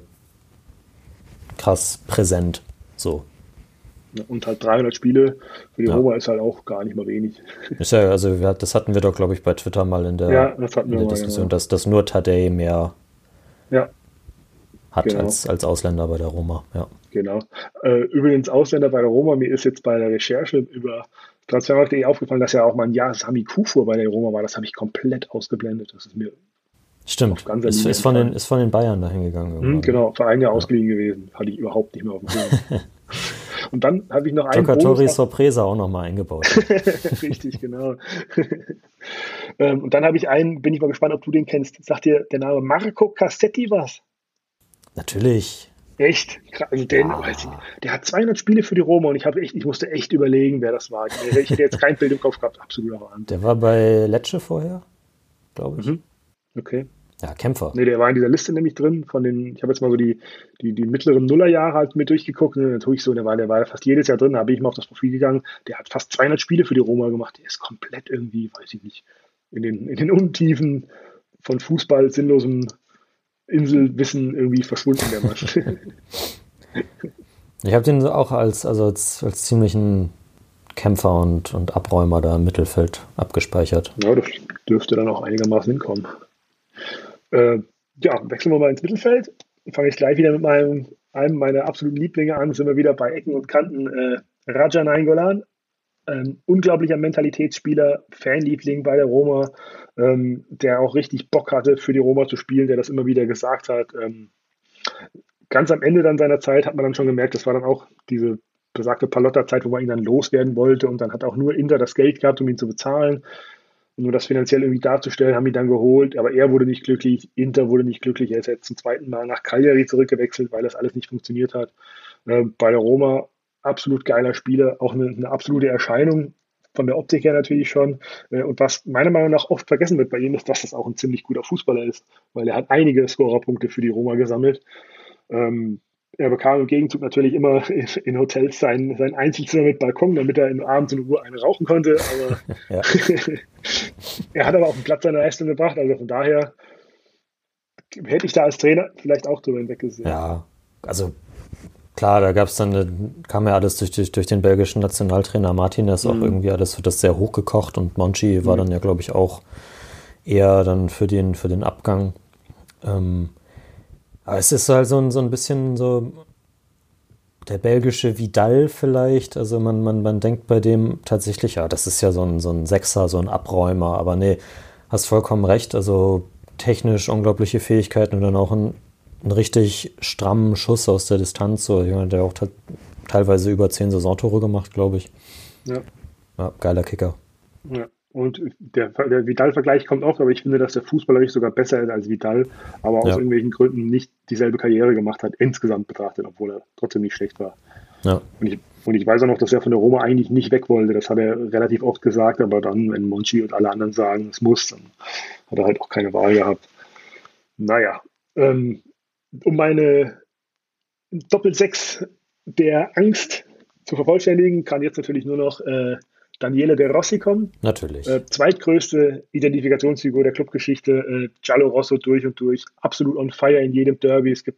krass präsent. So. Und halt 300 Spiele für die Roma ist halt auch gar nicht mal wenig. Ist ja, also das hatten wir doch, glaube ich, bei Twitter mal in der Diskussion, genau. dass nur Tadej mehr hat als Ausländer bei der Roma. Ja. Genau. Übrigens Ausländer bei der Roma, mir ist jetzt bei der Recherche über Transfermarkt.de aufgefallen, dass ja auch mal ein Jahr Sami Kufur bei der Roma war. Das habe ich komplett ausgeblendet. Das ist mir stimmt. Ist von den Bayern dahin gegangen. Genau, für ein Jahr ausgeliehen gewesen. Hatte ich überhaupt nicht mehr auf dem Schirm. Und dann habe ich noch einen Giocatori Sorpresa auch nochmal eingebaut. Richtig, genau. Und dann habe ich bin ich mal gespannt, ob du den kennst. Sagt dir der Name Marco Cassetti was? Natürlich. Echt? Also der hat 200 Spiele für die Roma und ich musste echt überlegen, wer das war. Ich hätte jetzt kein Bild im Kopf gehabt, absoluter Wahnsinn. Der war bei Lecce vorher, glaube ich. Okay. Ja, Kämpfer. Nee, der war in dieser Liste nämlich drin, ich habe jetzt mal so die mittleren Nullerjahre halt mit durchgeguckt, und natürlich so, der war fast jedes Jahr drin, da bin ich mal auf das Profil gegangen, der hat fast 200 Spiele für die Roma gemacht, der ist komplett irgendwie, weiß ich nicht, in den Untiefen von Fußball, sinnlosem Inselwissen irgendwie verschwunden, der Mann. Ich habe den auch als ziemlichen Kämpfer und Abräumer da im Mittelfeld abgespeichert. Ja, das dürfte dann auch einigermaßen hinkommen. Wechseln wir mal ins Mittelfeld. Fange ich gleich wieder mit einem meiner absoluten Lieblinge an. Sind wir wieder bei Ecken und Kanten. Raja Nainggolan, unglaublicher Mentalitätsspieler, Fanliebling bei der Roma, der auch richtig Bock hatte, für die Roma zu spielen, der das immer wieder gesagt hat. Ganz am Ende dann seiner Zeit hat man dann schon gemerkt, das war dann auch diese besagte Palotta-Zeit, wo man ihn dann loswerden wollte, und dann hat auch nur Inter das Geld gehabt, um ihn zu bezahlen. Und nur das finanziell irgendwie darzustellen, haben ihn dann geholt, aber er wurde nicht glücklich, Inter wurde nicht glücklich, er ist jetzt zum zweiten Mal nach Cagliari zurückgewechselt, weil das alles nicht funktioniert hat. Bei der Roma absolut geiler Spieler, auch eine absolute Erscheinung, von der Optik her natürlich schon. Und was meiner Meinung nach oft vergessen wird bei ihm, ist, dass das auch ein ziemlich guter Fußballer ist, weil er hat einige Scorerpunkte für die Roma gesammelt. Er bekam im Gegenzug natürlich immer in Hotels sein Einzelzimmer mit Balkon, damit er abends in Ruhe eine rauchen konnte. Aber er hat aber auf den Platz seine Leistung gebracht. Also von daher hätte ich da als Trainer vielleicht auch drüber hinweggesehen. Ja, also klar, da kam ja alles durch den belgischen Nationaltrainer Martinez auch irgendwie alles, wird das sehr hochgekocht, und Monchi war dann ja, glaube ich, auch eher dann für den Abgang. Aber es ist halt so ein bisschen so der belgische Vidal vielleicht. Also man denkt bei dem tatsächlich, ja, das ist ja so ein Sechser, so ein Abräumer. Aber nee, Hast vollkommen recht. Also technisch unglaubliche Fähigkeiten und dann auch einen richtig strammen Schuss aus der Distanz. So jemand, der auch teilweise über 10 Saisontore gemacht, glaube ich. Ja. Ja, geiler Kicker. Ja. Und der Vidal-Vergleich kommt oft, aber ich finde, dass der Fußballerisch sogar besser ist als Vidal, aber aus irgendwelchen Gründen nicht dieselbe Karriere gemacht hat, insgesamt betrachtet, obwohl er trotzdem nicht schlecht war. Ja. Und ich weiß auch noch, dass er von der Roma eigentlich nicht weg wollte. Das hat er relativ oft gesagt, aber dann, wenn Monchi und alle anderen sagen, es muss, dann hat er halt auch keine Wahl gehabt. Naja, um meine Doppel-6 der Angst zu vervollständigen, kann jetzt natürlich nur noch Daniele De Rossi kommen. Natürlich. Zweitgrößte Identifikationsfigur der Clubgeschichte. Giallo Rosso durch und durch. Absolut on fire in jedem Derby. Es gibt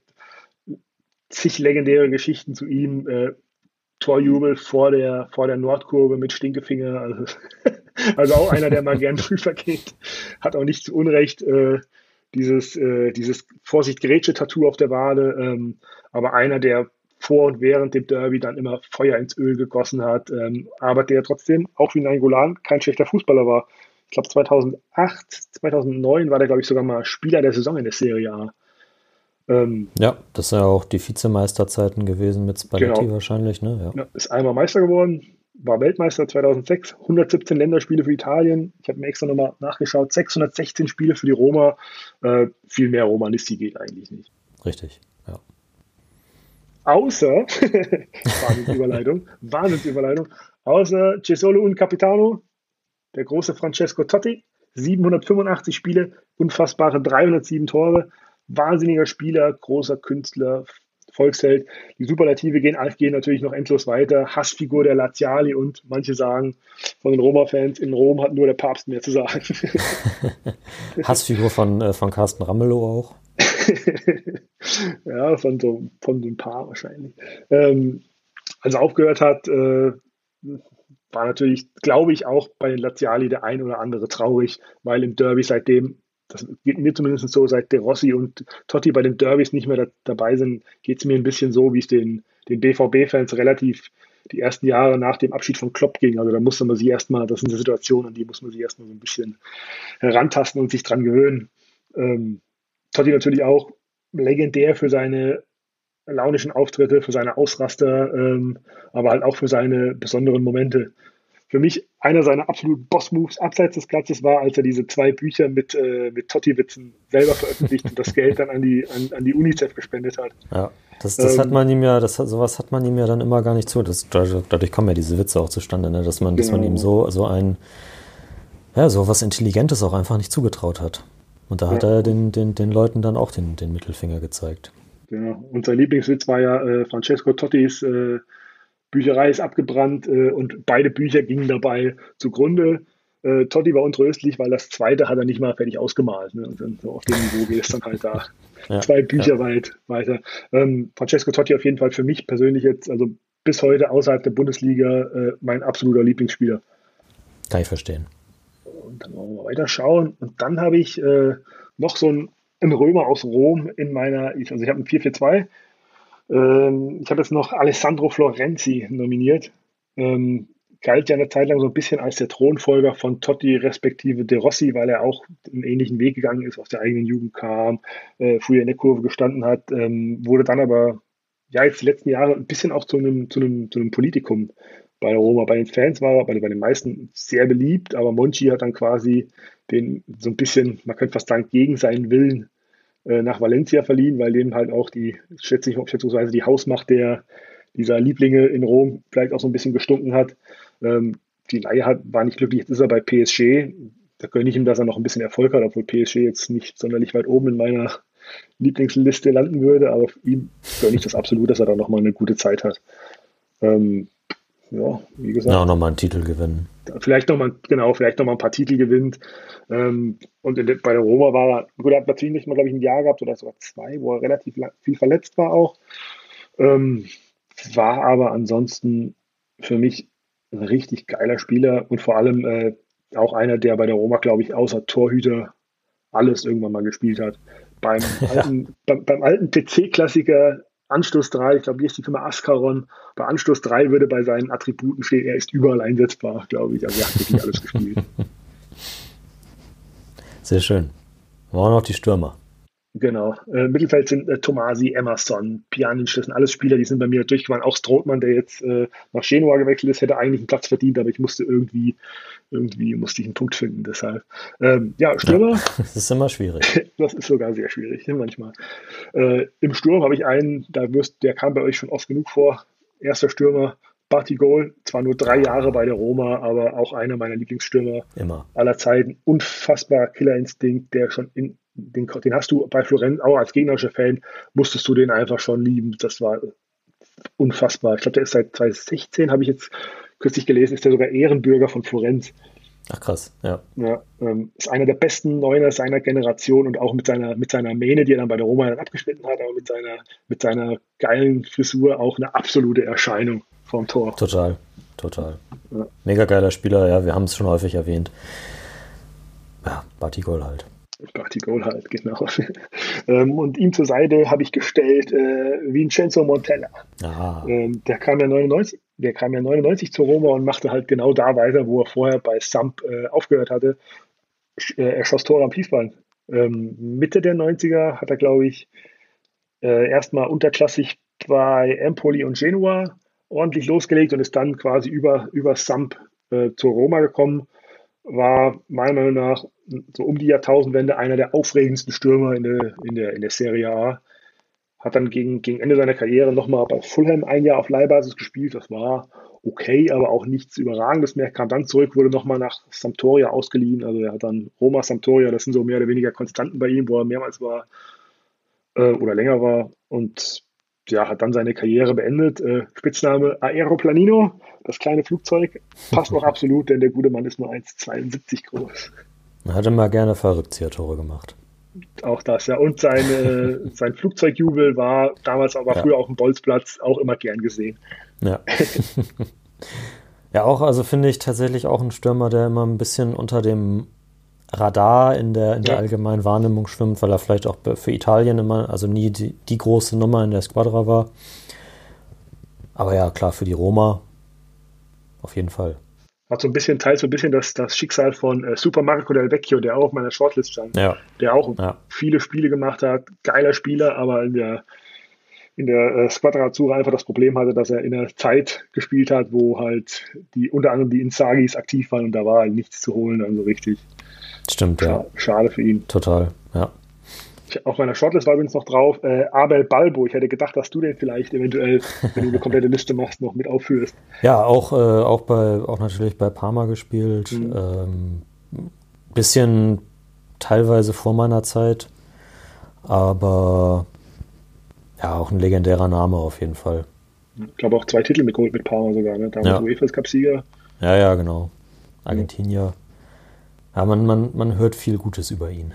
zig legendäre Geschichten zu ihm. Torjubel vor der Nordkurve mit Stinkefinger. Also auch einer, der mal gern drüber geht. Hat auch nicht zu Unrecht dieses Vorsicht-Grätsche-Tattoo auf der Wade. Aber einer, der vor und während dem Derby dann immer Feuer ins Öl gegossen hat, aber der trotzdem, auch wie Nainggolan, kein schlechter Fußballer war. Ich glaube 2008, 2009 war der, glaube ich, sogar mal Spieler der Saison in der Serie A. Ja, das sind ja auch die Vizemeisterzeiten gewesen mit Spalletti wahrscheinlich, ne? Ja, ist einmal Meister geworden, war Weltmeister 2006, 117 Länderspiele für Italien. Ich habe mir extra nochmal nachgeschaut, 616 Spiele für die Roma. Viel mehr Romanisti geht eigentlich nicht. Richtig, ja. Außer, Wahnsinnsüberleitung, außer Gesolo und Capitano, der große Francesco Totti, 785 Spiele, unfassbare 307 Tore, wahnsinniger Spieler, großer Künstler, Volksheld. Die Superlative gehen natürlich noch endlos weiter. Hassfigur der Laziali und manche sagen von den Roma-Fans, in Rom hat nur der Papst mehr zu sagen. Hassfigur von Carsten Ramelow auch. Ja, von so ein paar wahrscheinlich. Als er aufgehört hat, war natürlich, glaube ich, auch bei den Laziali der ein oder andere traurig, weil im Derby seitdem, das geht mir zumindest so, seit De Rossi und Totti bei den Derbys nicht mehr dabei sind, geht es mir ein bisschen so, wie es den BVB-Fans relativ die ersten Jahre nach dem Abschied von Klopp ging. Also da musste man sie erstmal, das sind die Situationen, an die muss man sich erstmal so ein bisschen herantasten und sich dran gewöhnen. Totti natürlich auch legendär für seine launischen Auftritte, für seine Ausraster, aber halt auch für seine besonderen Momente. Für mich einer seiner absoluten Boss-Moves abseits des Platzes war, als er diese 2 Bücher mit Totti-Witzen selber veröffentlicht und das Geld dann an die UNICEF gespendet hat. Ja, das hat man ihm ja, sowas hat man ihm ja dann immer gar nicht zu. Dadurch kommen ja diese Witze auch zustande, ne? dass man ihm so was Intelligentes auch einfach nicht zugetraut hat. Und da hat er den Leuten dann auch den Mittelfinger gezeigt. Genau. Und sein Lieblingswitz war ja, Francesco Tottis Bücherei ist abgebrannt und beide Bücher gingen dabei zugrunde. Totti war untröstlich, weil das zweite hat er nicht mal fertig ausgemalt. Ne? Und dann so auf dem Niveau geht es dann halt da 2 Bücher weit weiter. Francesco Totti auf jeden Fall für mich persönlich jetzt, also bis heute außerhalb der Bundesliga, mein absoluter Lieblingsspieler. Kann ich verstehen. Und dann wollen wir mal weiter schauen. Und dann habe ich noch so einen Römer aus Rom ich habe ein 4-4-2. Ich habe jetzt noch Alessandro Florenzi nominiert. Galt ja eine Zeit lang so ein bisschen als der Thronfolger von Totti respektive De Rossi, weil er auch einen ähnlichen Weg gegangen ist, aus der eigenen Jugend kam, früher in der Kurve gestanden hat, wurde dann aber jetzt die letzten Jahre ein bisschen auch zu einem Politikum bei der Roma. Bei den Fans war er bei den meisten sehr beliebt, aber Monchi hat dann quasi den so ein bisschen, man könnte fast sagen, gegen seinen Willen nach Valencia verliehen, weil dem halt auch schätzungsweise die Hausmacht dieser Lieblinge in Rom vielleicht auch so ein bisschen gestunken hat. Die Leihe war nicht glücklich, jetzt ist er bei PSG. Da gönne ich ihm, dass er noch ein bisschen Erfolg hat, obwohl PSG jetzt nicht sonderlich weit oben in meiner Lieblingsliste landen würde, aber ihm gönne ich das absolut, dass er da nochmal eine gute Zeit hat. Wie gesagt. Ja, nochmal einen Titel gewinnen. Vielleicht nochmal ein paar Titel gewinnt. Und bei der Roma war er hat natürlich mal, glaube ich, ein Jahr gehabt oder sogar 2, wo er relativ viel verletzt war auch. War aber ansonsten für mich ein richtig geiler Spieler und vor allem auch einer, der bei der Roma, glaube ich, außer Torhüter alles irgendwann mal gespielt hat. Beim alten PC-Klassiker Anstoß 3, ich glaube, hier ist die Firma Ascaron. Bei Anstoß 3 würde bei seinen Attributen stehen, er ist überall einsetzbar, glaube ich. Also er hat wirklich alles gespielt. Sehr schön. Wir haben auch noch die Stürmer. Genau. Mittelfeld sind Tomasi, Emerson, Pjanic, das sind alles Spieler, die sind bei mir durchgefahren. Auch Strootmann, der jetzt nach Genua gewechselt ist, hätte eigentlich einen Platz verdient, aber ich musste irgendwie musste ich einen Punkt finden. Deshalb, Stürmer. Ja, das ist immer schwierig. Das ist sogar sehr schwierig, manchmal. Im Sturm habe ich einen, der kam bei euch schon oft genug vor. Erster Stürmer, Batigol, zwar nur 3 Jahre bei der Roma, aber auch einer meiner Lieblingsstürmer Immer. aller Zeiten. Unfassbar Killerinstinkt, der schon den hast du bei Florenz, auch als gegnerischer Fan, musstest du den einfach schon lieben. Das war unfassbar. Ich glaube, der ist seit 2016, habe ich jetzt kürzlich gelesen, ist der sogar Ehrenbürger von Florenz. Ach krass, ja. Ist einer der besten Neuner seiner Generation und auch mit seiner Mähne, die er dann bei der Roma dann abgeschnitten hat, aber mit seiner geilen Frisur auch eine absolute Erscheinung vorm Tor. Total. Ja. Mega geiler Spieler, ja, wir haben es schon häufig erwähnt. Ja, Batigol halt. Batigol halt, genau. Und ihm zur Seite habe ich gestellt Vincenzo Montella. Der kam ja 99 zur Roma und machte halt genau da weiter, wo er vorher bei Samp aufgehört hatte. Er schoss Tore am Fließband. Mitte der 90er hat er, glaube ich, erstmal unterklassig bei Empoli und Genua ordentlich losgelegt und ist dann quasi über Samp zur Roma gekommen. War meiner Meinung nach so um die Jahrtausendwende einer der aufregendsten Stürmer in der Serie A. Hat dann gegen Ende seiner Karriere nochmal bei Fulham 1 Jahr auf Leihbasis gespielt. Das war okay, aber auch nichts Überragendes mehr. Kam dann zurück, wurde nochmal nach Sampdoria ausgeliehen. Also er hat dann Roma, Sampdoria, das sind so mehr oder weniger Konstanten bei ihm, wo er mehrmals war oder länger war. Und ja, hat dann seine Karriere beendet. Spitzname Aeroplanino, das kleine Flugzeug. Passt noch absolut, denn der gute Mann ist nur 1,72 groß. Er hat immer gerne Verrückzieher-Tore gemacht. Auch das, ja. Und sein Flugzeugjubel war damals aber früher auf dem Bolzplatz auch immer gern gesehen. Ja. Ja, auch, also finde ich tatsächlich auch ein Stürmer, der immer ein bisschen unter dem Radar in der allgemeinen Wahrnehmung schwimmt, weil er vielleicht auch für Italien immer, also nie die große Nummer in der Squadra war. Aber ja, klar, für die Roma auf jeden Fall. Hat teilt so ein bisschen das Schicksal von Super Marco Del Vecchio, der auch auf meiner Shortlist stand. Ja. Der auch viele Spiele gemacht hat, geiler Spieler, aber in der Squadra Azzurra einfach das Problem hatte, dass er in einer Zeit gespielt hat, wo halt unter anderem die Inzagis aktiv waren und da war halt nichts zu holen, also richtig. Stimmt, ja. Schade für ihn. Total, ja. Auf meiner Shortlist war übrigens noch drauf Abel Balbo. Ich hätte gedacht, dass du den vielleicht eventuell, wenn du eine komplette Liste machst, noch mit aufführst. Ja, auch natürlich bei Parma gespielt. Bisschen teilweise vor meiner Zeit, aber ja, auch ein legendärer Name auf jeden Fall. Ich glaube auch 2 Titel mitgeholt mit Parma sogar, ne? Damals UEFA Cup-Sieger. Ja, genau. Argentinier. Ja, man hört viel Gutes über ihn.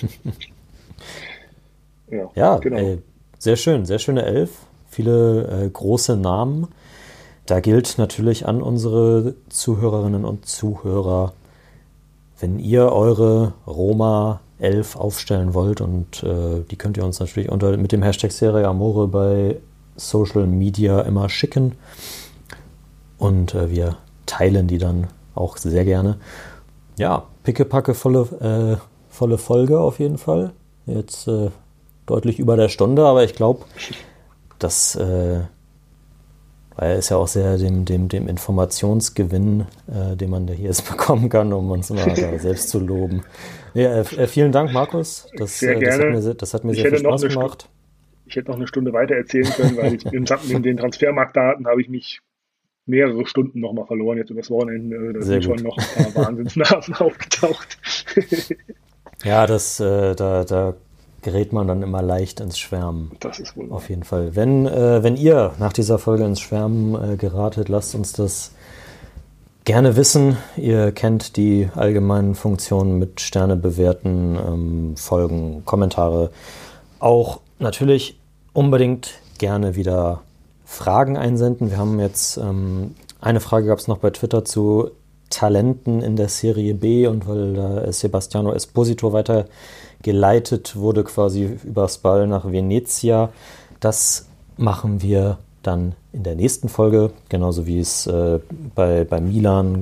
Ja, genau. Sehr schön, sehr schöne 11. Viele große Namen. Da gilt natürlich an unsere Zuhörerinnen und Zuhörer, wenn ihr eure Roma 11 aufstellen wollt, und die könnt ihr uns natürlich mit dem Hashtag Serie Amore bei Social Media immer schicken. Und wir teilen die dann auch sehr gerne. Ja, pickepacke volle Folge auf jeden Fall. Jetzt deutlich über der Stunde, aber ich glaube, das ist ja auch sehr dem Informationsgewinn, den man hier jetzt bekommen kann, um uns mal selbst zu loben. Ja, vielen Dank, Markus. Sehr gerne. Das hat mir sehr viel Spaß gemacht. Ich hätte noch eine Stunde weiter erzählen können, weil in den Transfermarktdaten habe ich mich mehrere Stunden nochmal verloren, jetzt übers Wochenende. Da sind schon noch ein paar Wahnsinnsnamen aufgetaucht. Ja, da gerät man dann immer leicht ins Schwärmen. Das ist wohl auf jeden Fall. Wenn ihr nach dieser Folge ins Schwärmen geratet, lasst uns das gerne wissen. Ihr kennt die allgemeinen Funktionen mit Sterne bewerten, Folgen, Kommentare. Auch natürlich unbedingt gerne wieder Fragen einsenden. Wir haben jetzt eine Frage gab es noch bei Twitter zu Talenten in der Serie B, und weil da Sebastiano Esposito weitergeleitet wurde, quasi über Spal nach Venezia. Das machen wir dann in der nächsten Folge, genauso wie es bei Milan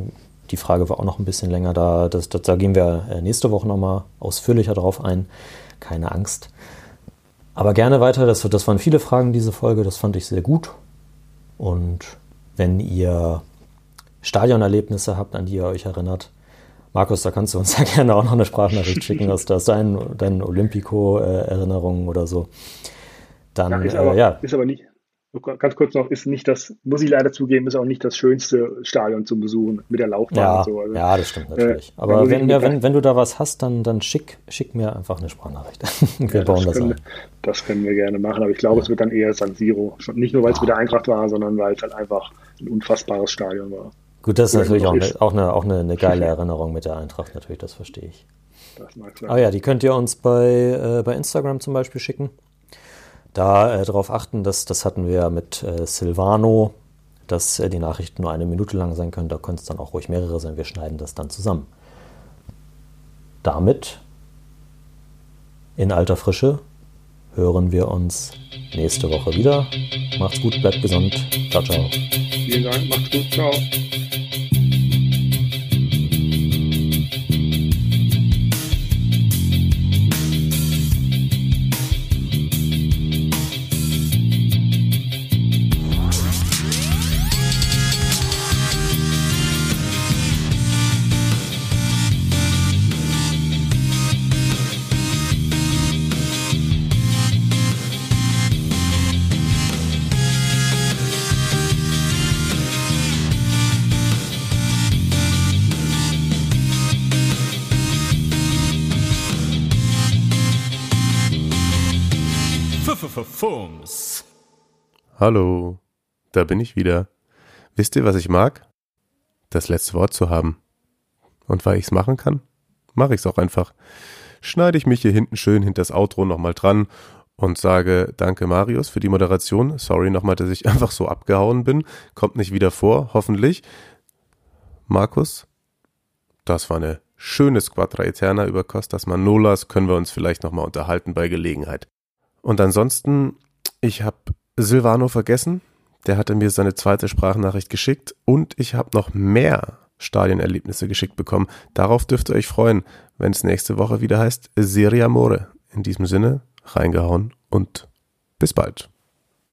Die Frage war auch noch ein bisschen länger, da gehen wir nächste Woche nochmal ausführlicher drauf ein. Keine Angst. Aber gerne weiter, das waren viele Fragen, diese Folge, das fand ich sehr gut. Und wenn ihr Stadionerlebnisse habt, an die ihr euch erinnert, Markus, da kannst du uns ja gerne auch noch eine Sprachnachricht schicken aus deinen Olympico-Erinnerungen oder so. Dann, ist aber nicht, ganz kurz noch, muss ich leider zugeben, ist auch nicht das schönste Stadion zum Besuchen mit der Laufbahn und so. Also, ja, das stimmt natürlich. Aber wenn du da was hast, dann schick mir einfach eine Sprachnachricht. Wir bauen das ein. Das können wir gerne machen, aber ich glaube, es wird dann eher San Siro. Nicht nur, weil es mit der Eintracht war, sondern weil es halt einfach ein unfassbares Stadion war. Gut, das ist natürlich auch eine geile Erinnerung mit der Eintracht, natürlich, das verstehe ich. Das mag sein. Aber ja, die könnt ihr uns bei Instagram zum Beispiel schicken. Da darauf achten, das hatten wir ja mit Silvano, dass die Nachrichten nur 1 Minute lang sein können. Da können es dann auch ruhig mehrere sein. Wir schneiden das dann zusammen. Damit in alter Frische hören wir uns nächste Woche wieder. Macht's gut, bleibt gesund. Ciao, ciao. Vielen Dank, macht's gut, ciao. Fums. Hallo, da bin ich wieder. Wisst ihr, was ich mag? Das letzte Wort zu haben. Und weil ich es machen kann, mache ich es auch einfach. Schneide ich mich hier hinten schön hinter das Outro nochmal dran und sage danke Marius für die Moderation. Sorry nochmal, dass ich einfach so abgehauen bin. Kommt nicht wieder vor, hoffentlich. Markus, das war eine schöne Squadra Eterna über Costas Manolas. Können wir uns vielleicht nochmal unterhalten bei Gelegenheit. Und ansonsten, ich habe Silvano vergessen, der hatte mir seine 2. Sprachnachricht geschickt und ich habe noch mehr Stadionerlebnisse geschickt bekommen. Darauf dürft ihr euch freuen, wenn es nächste Woche wieder heißt Serie Amore. In diesem Sinne, reingehauen und bis bald.